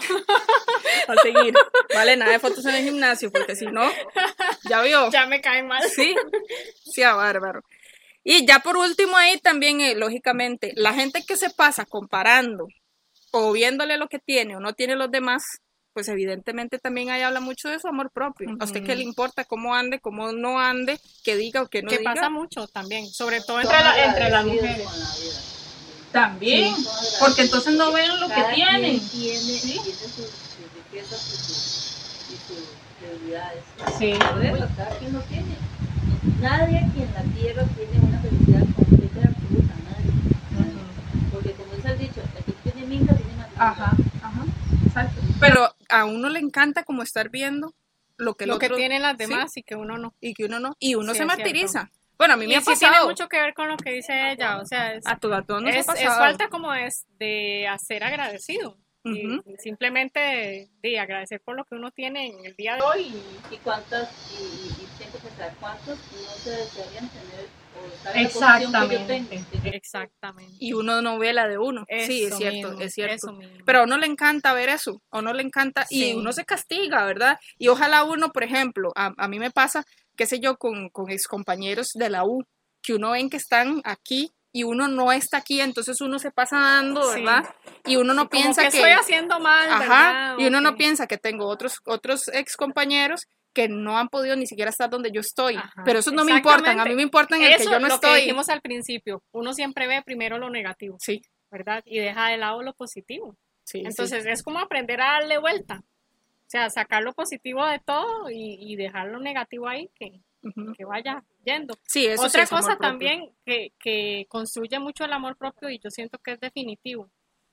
A seguir. Vale, nada de fotos en el gimnasio, porque si no, ya vio. Ya me cae mal. Sí, sí, a bárbaro. Y ya por último ahí también, eh, lógicamente, la gente que se pasa comparando o viéndole lo que tiene o no tiene los demás, pues evidentemente también ahí habla mucho de su amor propio. ¿A usted qué le importa cómo ande, cómo no ande, que diga o que no Que diga? pasa mucho también, sobre todo entre, Son la- entre las agradecidos mujeres. con la vida. También, porque entonces no ven lo que Cada quien tienen. tiene, tiene sus, sus riquezas y sus, y sus debilidades. Sí. Por eso, cada quien lo tiene. Nadie aquí en la tierra tiene una felicidad completa y absoluta, nadie. nadie. Porque como dice el dicho, el que tiene minga tiene más. Ajá, ajá, exacto. Pero a uno le encanta como estar viendo lo que el Lo que otro- tienen las sí, demás y que uno no. y que uno no, y uno Sí, se es martiriza. Bueno, a mí me Y ha sí tiene pasado. mucho que ver con lo que dice ella, o sea, es, A todo, a todos nos ha es, es pasado. falta como es de ser agradecido. Y Ujú. simplemente de, de agradecer por lo que uno tiene en el día de hoy. Y cuántas, y, y, y siempre pensar cuántos no se desearían tener o estar en la posición que yo tengo. Exactamente. Exactamente. Y uno no ve la de uno. sí, es Eso cierto, mismo, es cierto. eso mismo. Pero a uno le encanta ver eso, a uno le encanta, y Sí. uno se castiga, ¿verdad? Y ojalá uno, por ejemplo, a, a mí me pasa, qué sé yo, con, con excompañeros de la U, que uno ven que están aquí y uno no está aquí, entonces uno se pasa dando, Sí. ¿verdad? Y uno no Sí, como piensa que, que... estoy haciendo mal, Ajá, ¿verdad? y uno no Ok. piensa que tengo otros, otros excompañeros que no han podido ni siquiera estar donde yo estoy. Ajá, Pero esos no me importan, a exactamente. mí me importan el que Eso yo no lo estoy. que dijimos al principio, uno siempre ve primero lo negativo, Sí, ¿verdad? Y deja de lado lo positivo. sí, Entonces es como aprender a darle vuelta, o sea, sacar lo positivo de todo y, y dejar lo negativo ahí que, sí. Ujú. que vaya yendo. Sí, eso sí Otra es amor cosa propio. también que, que construye mucho el amor propio y yo siento que es definitivo,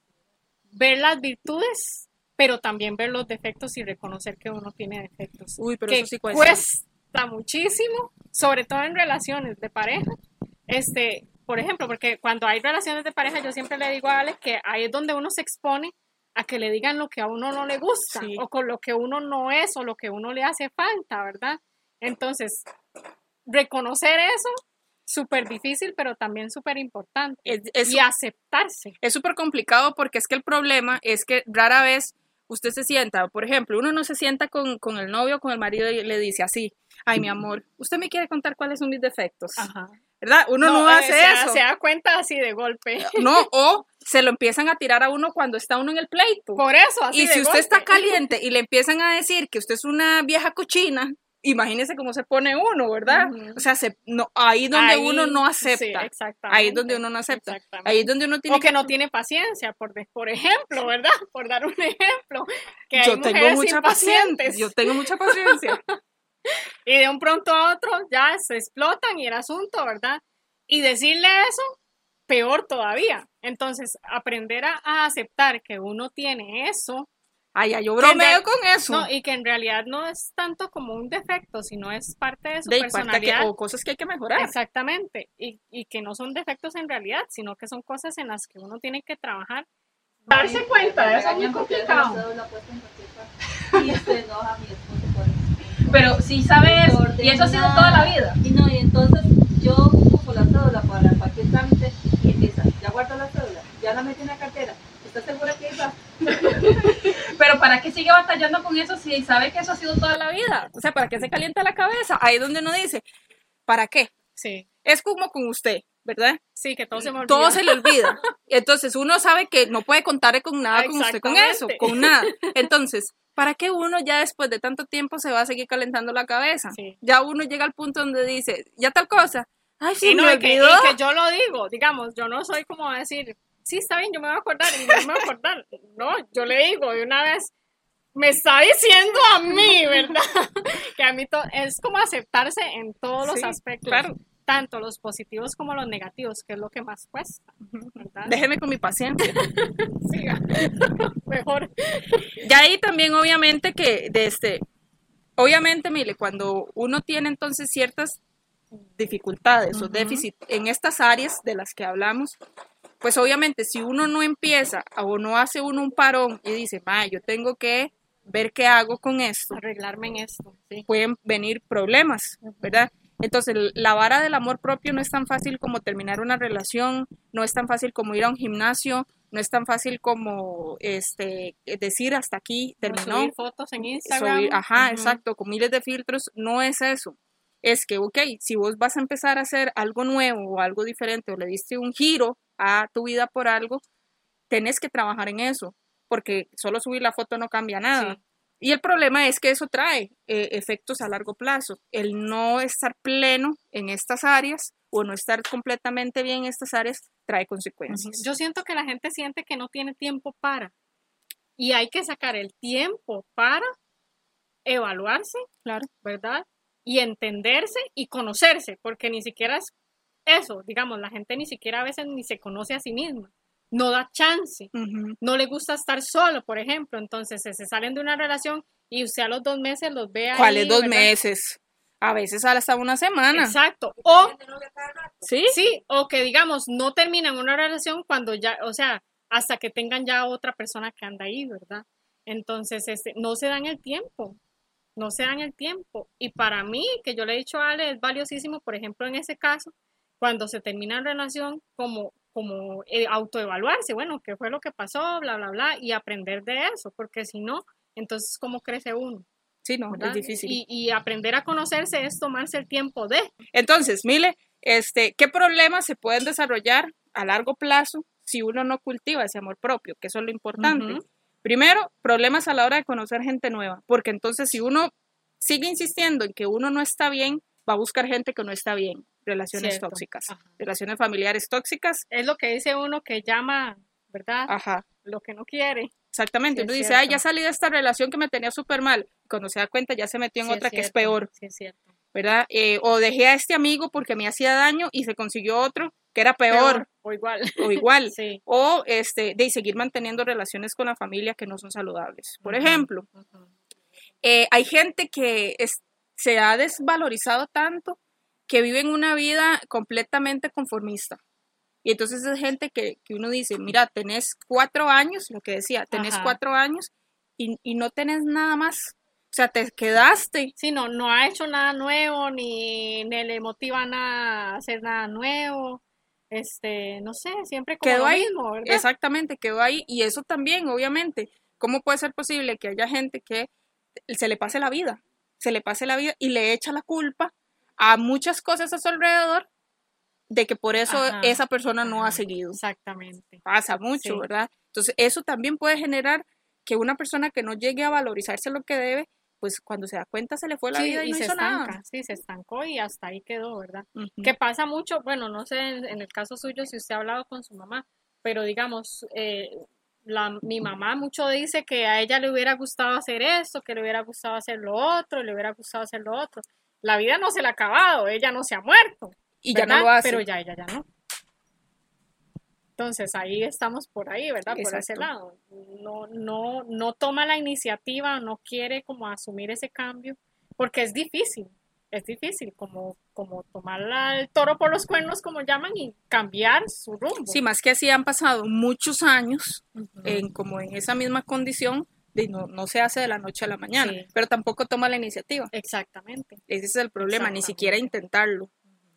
ver las virtudes, pero también ver los defectos y reconocer que uno tiene defectos. Uy, pero que eso sí cuesta. cuesta muchísimo, sobre todo en relaciones de pareja. Este, por ejemplo, porque cuando hay relaciones de pareja, yo siempre le digo a Alex que ahí es donde uno se expone a que le digan lo que a uno no le gusta, Sí. o con lo que uno no es, o lo que uno le hace falta, ¿verdad? Entonces, reconocer eso, súper difícil, pero también súper importante. Es, es, Y aceptarse. es súper complicado porque es que el problema es que rara vez usted se sienta, por ejemplo, uno no se sienta con, con el novio o con el marido y le dice así, ay, mi amor, ¿usted me quiere contar cuáles son mis defectos? Ajá. ¿Verdad? Uno no, eh, hace se, eso. Se da cuenta así de golpe. No, o se lo empiezan a tirar a uno cuando está uno en el pleito. Por eso, así Y de si usted golpe. está caliente y le empiezan a decir que usted es una vieja cochina, imagínese cómo se pone uno, ¿verdad? Ujú. O sea, se, no, ahí donde Ahí, uno no sí, acepta. exactamente, Ahí es donde uno no acepta. exactamente. Ahí es donde uno tiene O que no tiene paciencia, por, de- por ejemplo, ¿verdad? Por dar un ejemplo. Que hay Yo tengo mujeres mucha paciencia. impacientes. Yo tengo mucha paciencia. Y de un pronto a otro ya se explotan y el asunto, ¿verdad? Y decirle eso, peor todavía. Entonces, aprender a, a aceptar que uno tiene eso. Ay, ya yo Que en bromeo real- con eso. No, y que en realidad no es tanto como un defecto, sino es parte de su de parte que, personalidad. o cosas que hay que mejorar. Exactamente, y, y que no son defectos en realidad, sino que son cosas en las que uno tiene que trabajar Darse cuenta de eso es muy regañan porque dejo la complicado. cédula puesta en cualquier parte. Y se enoja a mi esposo por eso. Pero si sabes, y eso ha sido toda la vida. Y no, y entonces yo uso la cédula para cualquier trámite y empieza, ya guardo la cédula, ya la metí en la cartera, ¿estás segura que iba? Pero ¿para qué sigue batallando con eso si sabe que eso ha sido toda la vida? O sea, ¿para qué se calienta la cabeza? Ahí es donde uno dice, ¿para qué? Sí, Es como con usted, ¿verdad? sí, que todo se me olvida. Todo se le olvida. Entonces uno sabe que no puede contar con nada con usted con eso, Exactamente. con nada. Entonces, ¿para qué uno ya después de tanto tiempo se va a seguir calentando la cabeza? Sí. Ya uno llega al punto donde dice, ya tal cosa. Ay, sí, Sí, no, me y que, olvidó. y que yo lo digo, digamos, yo no soy como a decir, sí, está bien, yo me voy a acordar y no me voy a acordar. No, yo le digo de una vez, me está diciendo a mí, ¿verdad? Que a mí to- es como aceptarse en todos los Sí, aspectos, claro. tanto los positivos como los negativos, que es lo que más cuesta, ¿verdad? Déjeme con mi paciencia. Siga. Mejor. Ya ahí también obviamente que desde, obviamente, mire, cuando uno tiene entonces ciertas dificultades o déficit en estas áreas de las que hablamos, pues obviamente si uno no empieza o no hace uno un parón y dice, ma, yo tengo que ver qué hago con esto, Arreglarme en esto, sí. pueden venir problemas, ¿verdad? Entonces, la vara del amor propio no es tan fácil como terminar una relación, no es tan fácil como ir a un gimnasio, no es tan fácil como este decir hasta aquí terminó. Subir fotos en Instagram. Subir- ajá, Ujú. exacto, con miles de filtros, no es eso. Es que, ok, si vos vas a empezar a hacer algo nuevo o algo diferente o le diste un giro a tu vida por algo, tenés que trabajar en eso, porque solo subir la foto no cambia nada. Sí. Y el problema es que eso trae eh, efectos a largo plazo. El no estar pleno en estas áreas o no estar completamente bien en estas áreas trae consecuencias. Yo siento que la gente siente que no tiene tiempo para. Y hay que sacar el tiempo para evaluarse, Claro. ¿verdad? Y entenderse y conocerse, porque ni siquiera es eso, digamos, la gente ni siquiera a veces ni se conoce a sí misma. No da chance. Ujú. No le gusta estar solo, por ejemplo. Entonces se se salen de una relación y usted a los dos meses los ve ahí. ¿Cuáles dos ¿verdad? meses? A veces hasta una semana. Exacto. O ¿Sí? sí, o que digamos, no terminan una relación cuando ya, o sea, hasta que tengan ya otra persona que anda ahí, ¿verdad? Entonces, este, no se dan el tiempo, no se dan el tiempo. Y para mí, que yo le he dicho a Ale, es valiosísimo, por ejemplo, en ese caso, cuando se termina la relación, como, como eh, autoevaluarse, bueno, qué fue lo que pasó, bla, bla, bla, y aprender de eso, porque si no, entonces, ¿cómo crece uno? Sí, no, ¿Verdad? es difícil. Y, y aprender a conocerse es tomarse el tiempo de. Entonces, Mile, este, ¿qué problemas se pueden desarrollar a largo plazo si uno no cultiva ese amor propio? Que eso es lo importante. Ujú. Primero, problemas a la hora de conocer gente nueva, porque entonces si uno sigue insistiendo en que uno no está bien, va a buscar gente que no está bien, relaciones Cierto. tóxicas, Ajá. relaciones familiares tóxicas, Es lo que dice uno que llama, ¿verdad? ajá, Lo que no quiere. exactamente, Sí, uno es dice, cierto. ay, ya salí de esta relación que me tenía súper mal, cuando se da cuenta ya se metió en Sí, otra que es cierto, peor, Sí, es cierto. ¿verdad? Eh, o dejé a este amigo porque me hacía daño y se consiguió otro que era peor, O igual. o igual, Sí. o este, de seguir manteniendo relaciones con la familia que no son saludables. Por Ujú. ejemplo, Ujú. eh, hay gente que es- se ha desvalorizado tanto que viven una vida completamente conformista. Y entonces es gente que, que uno dice, mira, tenés cuatro años, lo que decía, tenés Ajá. cuatro años y, y no tenés nada más. O sea, te quedaste. Sí, no, no ha hecho nada nuevo, ni, ni le motiva nada a hacer nada nuevo. Este, no sé, siempre como Quedó lo ahí. mismo, ¿verdad? Exactamente, quedó ahí. Y eso también, obviamente, ¿cómo puede ser posible que haya gente que se le pase la vida? Se le pase la vida y le echa la culpa a muchas cosas a su alrededor de que por eso Ajá, esa persona no ajá, ha seguido. Exactamente. Pasa mucho, Sí. ¿verdad? Entonces, eso también puede generar que una persona que no llegue a valorizarse lo que debe, pues cuando se da cuenta se le fue la Sí, vida y, y no se hizo estanca, nada. sí, se estancó y hasta ahí quedó, ¿verdad? Ujú. Que pasa mucho, bueno, no sé en, en el caso suyo si usted ha hablado con su mamá, pero digamos, eh, la, mi mamá mucho dice que a ella le hubiera gustado hacer esto, que le hubiera gustado hacer lo otro, le hubiera gustado hacer lo otro. La vida no se le ha acabado, ella no se ha muerto, Y ya no ¿verdad? lo hace. Pero ya ella ya no. Entonces ahí estamos por ahí, ¿verdad? Por ese Exacto. lado. No, no, no toma la iniciativa, no quiere como asumir ese cambio, porque es difícil. es difícil, como, como tomar la- el toro por los cuernos, como llaman, y cambiar su rumbo. Sí, más que así han pasado muchos años Ujú. en como en esa misma condición de no, no se hace de la noche a la mañana, Sí. pero tampoco toma la iniciativa. Exactamente. Ese es el problema, ni siquiera Exactamente. intentarlo.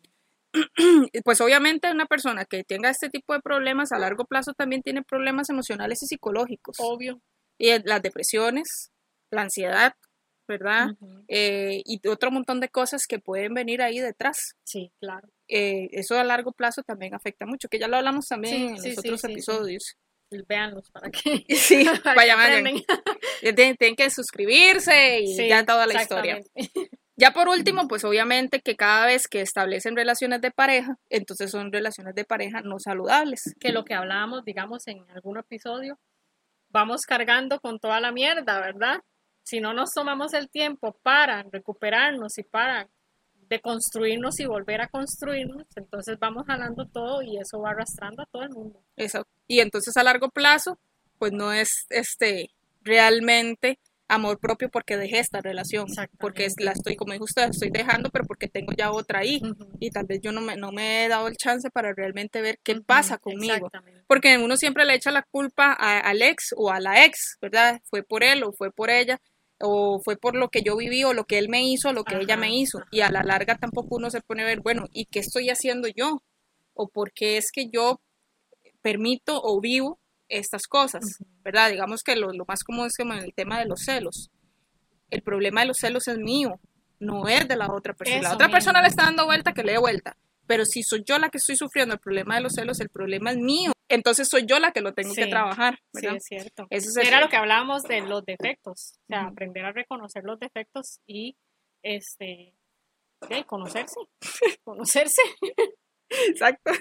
Y pues obviamente una persona que tenga este tipo de problemas a largo plazo también tiene problemas emocionales y psicológicos. Obvio. Y eh, las depresiones, la ansiedad, ¿verdad? Ujú. Eh, y otro montón de cosas que pueden venir ahí detrás. Sí, claro. Eh, eso a largo plazo también afecta mucho, que ya lo hablamos también Sí, en sí, los sí, otros sí, sí. episodios. Véanlos para que, Sí, para vayan, que vayan. aprendan. Tienen, tienen que suscribirse y Sí, ya toda la historia. exactamente. Ya por último, pues obviamente que cada vez que establecen relaciones de pareja, entonces son relaciones de pareja no saludables. Que lo que hablábamos, digamos, en algún episodio, vamos cargando con toda la mierda, ¿verdad? Si no nos tomamos el tiempo para recuperarnos y para deconstruirnos y volver a construirnos, entonces vamos jalando todo y eso va arrastrando a todo el mundo. Eso. Y entonces a largo plazo, pues no es este realmente amor propio porque dejé esta relación, Exactamente. porque es- la estoy, como dijo usted, la estoy dejando, pero porque tengo ya otra ahí. Ujú. Y tal vez yo no me, no me he dado el chance para realmente ver qué Ujú, pasa conmigo. exactamente. Porque uno siempre le echa la culpa a- al ex o a la ex, ¿verdad? Fue por él o fue por ella, o fue por lo que yo viví o lo que él me hizo o lo que Ajá, ella me hizo. ajá. Y a la larga tampoco uno se pone a ver, bueno, ¿y qué estoy haciendo yo? ¿O por qué es que yo permito o vivo estas cosas? Ujú. ¿Verdad? Digamos que lo, lo más común es como en el tema de los celos. El problema de los celos es mío, no es de la otra persona. La Eso otra mismo. persona le está dando vuelta, que le dé vuelta. Pero si soy yo la que estoy sufriendo el problema de los celos, el problema es mío. Entonces soy yo la que lo tengo Sí, que trabajar, Sí, ¿verdad? es cierto. Eso es el- Era lo que hablábamos de los defectos, o sea, Ujú. aprender a reconocer los defectos y este de conocerse, conocerse. Exacto.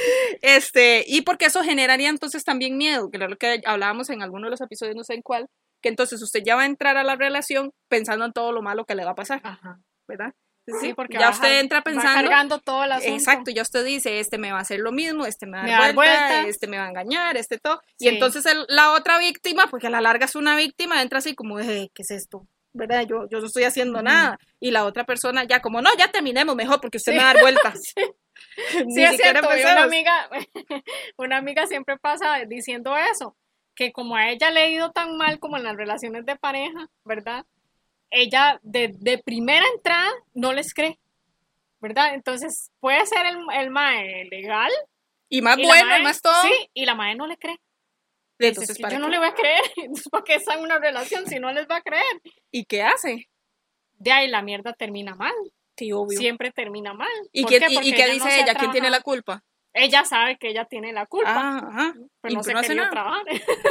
Este, y porque eso generaría entonces también miedo, que era lo que hablábamos en alguno de los episodios, no sé en cuál, que entonces usted ya va a entrar a la relación pensando en todo lo malo que le va a pasar, Ajá. ¿verdad? Sí, porque ya va usted jar- entra va pensando, cargando todo el asunto. exacto, ya usted dice, este me va a hacer lo mismo, este me va a Me dar va a dar vuelta, vuelta. este me va a engañar, este todo, y Sí. entonces el- la otra víctima, porque a la larga es una víctima, entra así como, de, ¿qué es esto? ¿Verdad? Yo, yo no estoy haciendo Ujú. nada, y la otra persona ya como, no, ya terminemos mejor, porque usted Sí. me va a dar vueltas. Sí, Ni es siquiera cierto, y empecemos. una amiga, una amiga siempre pasa diciendo eso, que como a ella le ha ido tan mal como en las relaciones de pareja, ¿verdad? Ella de, de primera entrada no les cree, ¿verdad? Entonces puede ser el, el mae legal. Y más y la bueno, mae- más todo. Sí, y la mae no le cree. Dice, Entonces, "Es que ¿para yo qué? no le voy a creer, entonces ¿para qué está en una relación si no les va a creer? ¿Y qué hace? De ahí la mierda termina mal, Sí, obvio. siempre termina mal. ¿Y ¿Por qué, qué? y- y Porque qué ella no dice se ha ella? ¿Quién tiene la trabajado. culpa? Ella sabe que ella tiene la culpa. Ah, ajá. Pero Y no tú se no hace quería nada. trabajar.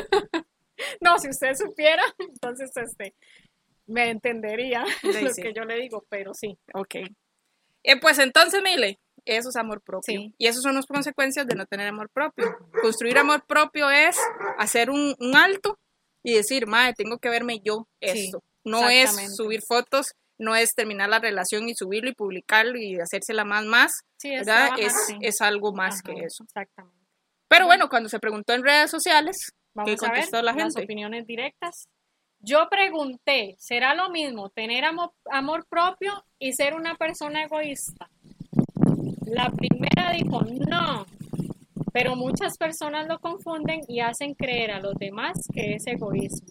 No, si usted supiera, entonces este me entendería Sí, lo sí. que yo le digo, pero sí. Ok. Eh, pues entonces, Mile, eso es amor propio. Sí. Y esas son las consecuencias de no tener amor propio. Construir amor propio es hacer un, un alto y decir, madre, tengo que verme yo Sí, esto. No es exactamente. subir fotos, no es terminar la relación y subirlo y publicarlo y hacérsela más, más. Sí, es ¿Verdad? trabajar, Es, sí. es algo más Ajá, que eso. Exactamente. Pero bueno, cuando se preguntó en redes sociales, ¿qué Vamos a ver contestó la las gente? opiniones directas. Yo pregunté, ¿será lo mismo tener amor, amor propio y ser una persona egoísta? La primera dijo, no, pero muchas personas lo confunden y hacen creer a los demás que es egoísmo.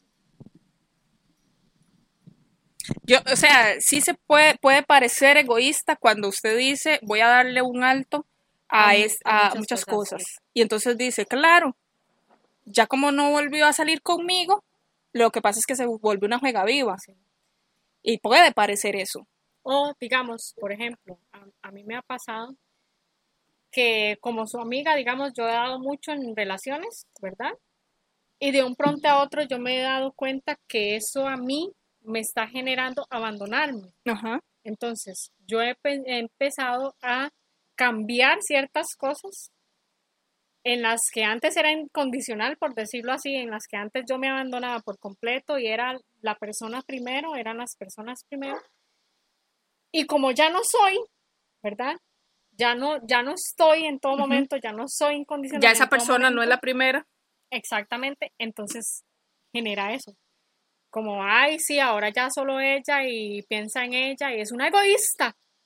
Yo, o sea, sí se puede, puede parecer egoísta cuando usted dice, voy a darle un alto a, A mu- es- a a muchas muchas cosas, cosas. Y entonces dice, claro, ya como no volvió a salir conmigo, lo que pasa es que se vuelve una juega viva. Sí. Y puede parecer eso. O digamos, por ejemplo, a, a mí me ha pasado que como su amiga, digamos, yo he dado mucho en relaciones, ¿verdad? Y de un pronto a otro yo me he dado cuenta que eso a mí me está generando abandonarme. Ajá. Entonces, yo he, pe- he empezado a cambiar ciertas cosas en las que antes era incondicional, por decirlo así, en las que antes yo me abandonaba por completo y era la persona primero, eran las personas primero. Y como ya no soy, ¿verdad? Ya no, ya no estoy en todo Ujú. momento, ya no soy incondicional. Ya en esa todo persona no es la momento. primera. Exactamente, entonces genera eso. Como, ay, sí, ahora ya solo ella y piensa en ella y es una egoísta.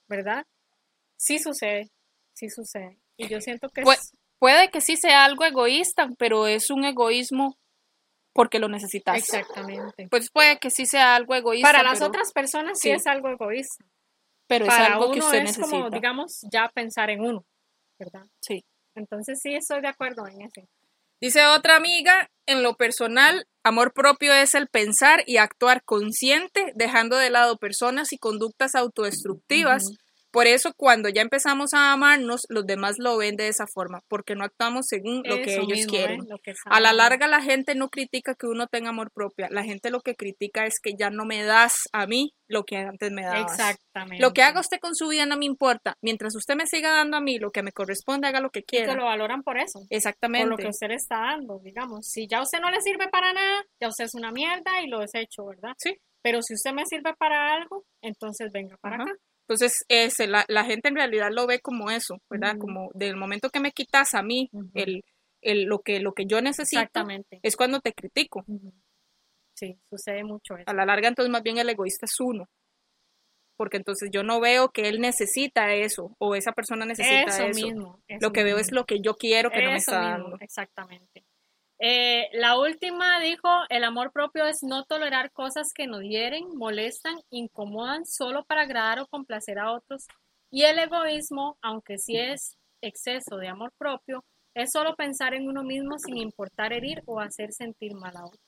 ¿verdad? Sí sucede, sí sucede. Y yo siento que Pu- es... puede que sí sea algo egoísta, pero es un egoísmo porque lo necesitas. Exactamente. Pues puede que sí sea algo egoísta. Para las pero, otras personas sí, sí. es algo egoísta. pero es Para algo uno que usted es necesita. como, digamos, ya pensar en uno, ¿verdad? Sí. Entonces sí estoy de acuerdo en eso. Dice otra amiga, en lo personal, amor propio es el pensar y actuar consciente, dejando de lado personas y conductas autodestructivas. Ujú. Por eso, cuando ya empezamos a amarnos, los demás lo ven de esa forma, porque no actuamos según lo que Eso ellos mismo, quieren. ¿eh? Lo que A la saben. larga, la gente no critica que uno tenga amor propio. La gente lo que critica es que ya no me das a mí lo que antes me dabas. Exactamente. Lo que haga usted con su vida no me importa. Mientras usted me siga dando a mí lo que me corresponde, haga lo que Y quiera. que lo valoran por eso. Exactamente. Por lo que usted le está dando, digamos. Si ya a usted no le sirve para nada, ya usted es una mierda y lo desecho, ¿verdad? Sí. Pero si usted me sirve para algo, entonces venga para Ajá. acá. Entonces, ese, la, la gente en realidad lo ve como eso, ¿verdad? Ujú. Como del momento que me quitas a mí Ujú. el, el, lo, que, lo que yo necesito, Exactamente. es cuando te critico. Ujú. Sí, sucede mucho eso. A la larga, entonces, más bien el egoísta es uno. Porque entonces yo no veo que él necesita eso o esa persona necesita Eso eso. mismo. eso Lo que veo mismo. es lo que yo quiero que no me Eso está mismo, dando. exactamente. Eh, la última dijo, el amor propio es no tolerar cosas que nos hieren, molestan, incomodan solo para agradar o complacer a otros. Y el egoísmo, aunque sí es exceso de amor propio, es solo pensar en uno mismo sin importar herir o hacer sentir mal a otros.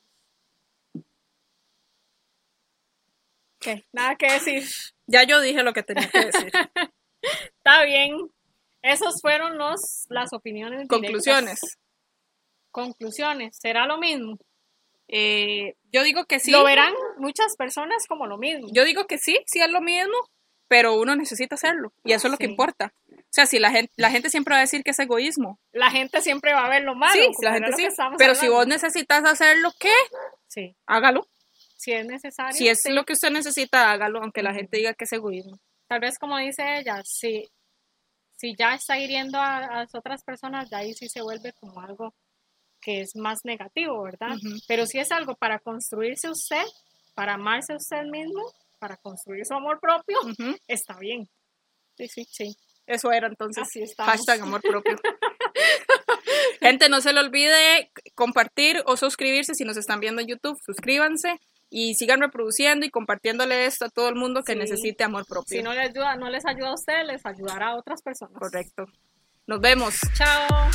¿Qué? Nada que decir. Ya yo dije lo que tenía que decir. Está bien. Esas fueron los, las opiniones directas. Conclusiones. Conclusiones. ¿Será lo mismo? Eh, yo digo que sí. Lo verán muchas personas como lo mismo. Yo digo que sí, sí es lo mismo, pero uno necesita hacerlo. Y eso es lo que Sí. importa. O sea, si la gente, la gente siempre va a decir que es egoísmo. La gente siempre va a ver lo malo. Sí, como la era gente lo sí. que estábamos Pero si hablando. vos necesitas hacerlo, ¿qué? Sí, Hágalo. si es necesario. Si es sí. lo que usted necesita, hágalo, aunque la Ujú. gente diga que es egoísmo. Tal vez como dice ella, si, si ya está hiriendo a, a las otras personas, ya ahí sí se vuelve como algo que es más negativo, ¿verdad? Ujú. Pero si es algo para construirse usted, para amarse usted mismo, para construir su amor propio, Ujú. está bien. Sí, sí. Sí, Eso era entonces. así estamos. Hashtag amor propio. Gente, no se le olvide compartir o suscribirse si nos están viendo en YouTube. Suscríbanse y sigan reproduciendo y compartiéndole esto a todo el mundo que Sí. necesite amor propio. Si no les ayuda, no les ayuda a usted, les ayudará a otras personas. Correcto. Nos vemos. Chao.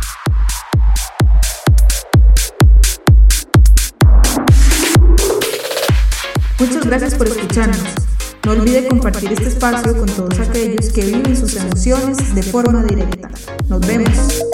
Muchas gracias por escucharnos. No olvide compartir este espacio con todos aquellos que viven sus emociones de forma directa. Nos vemos.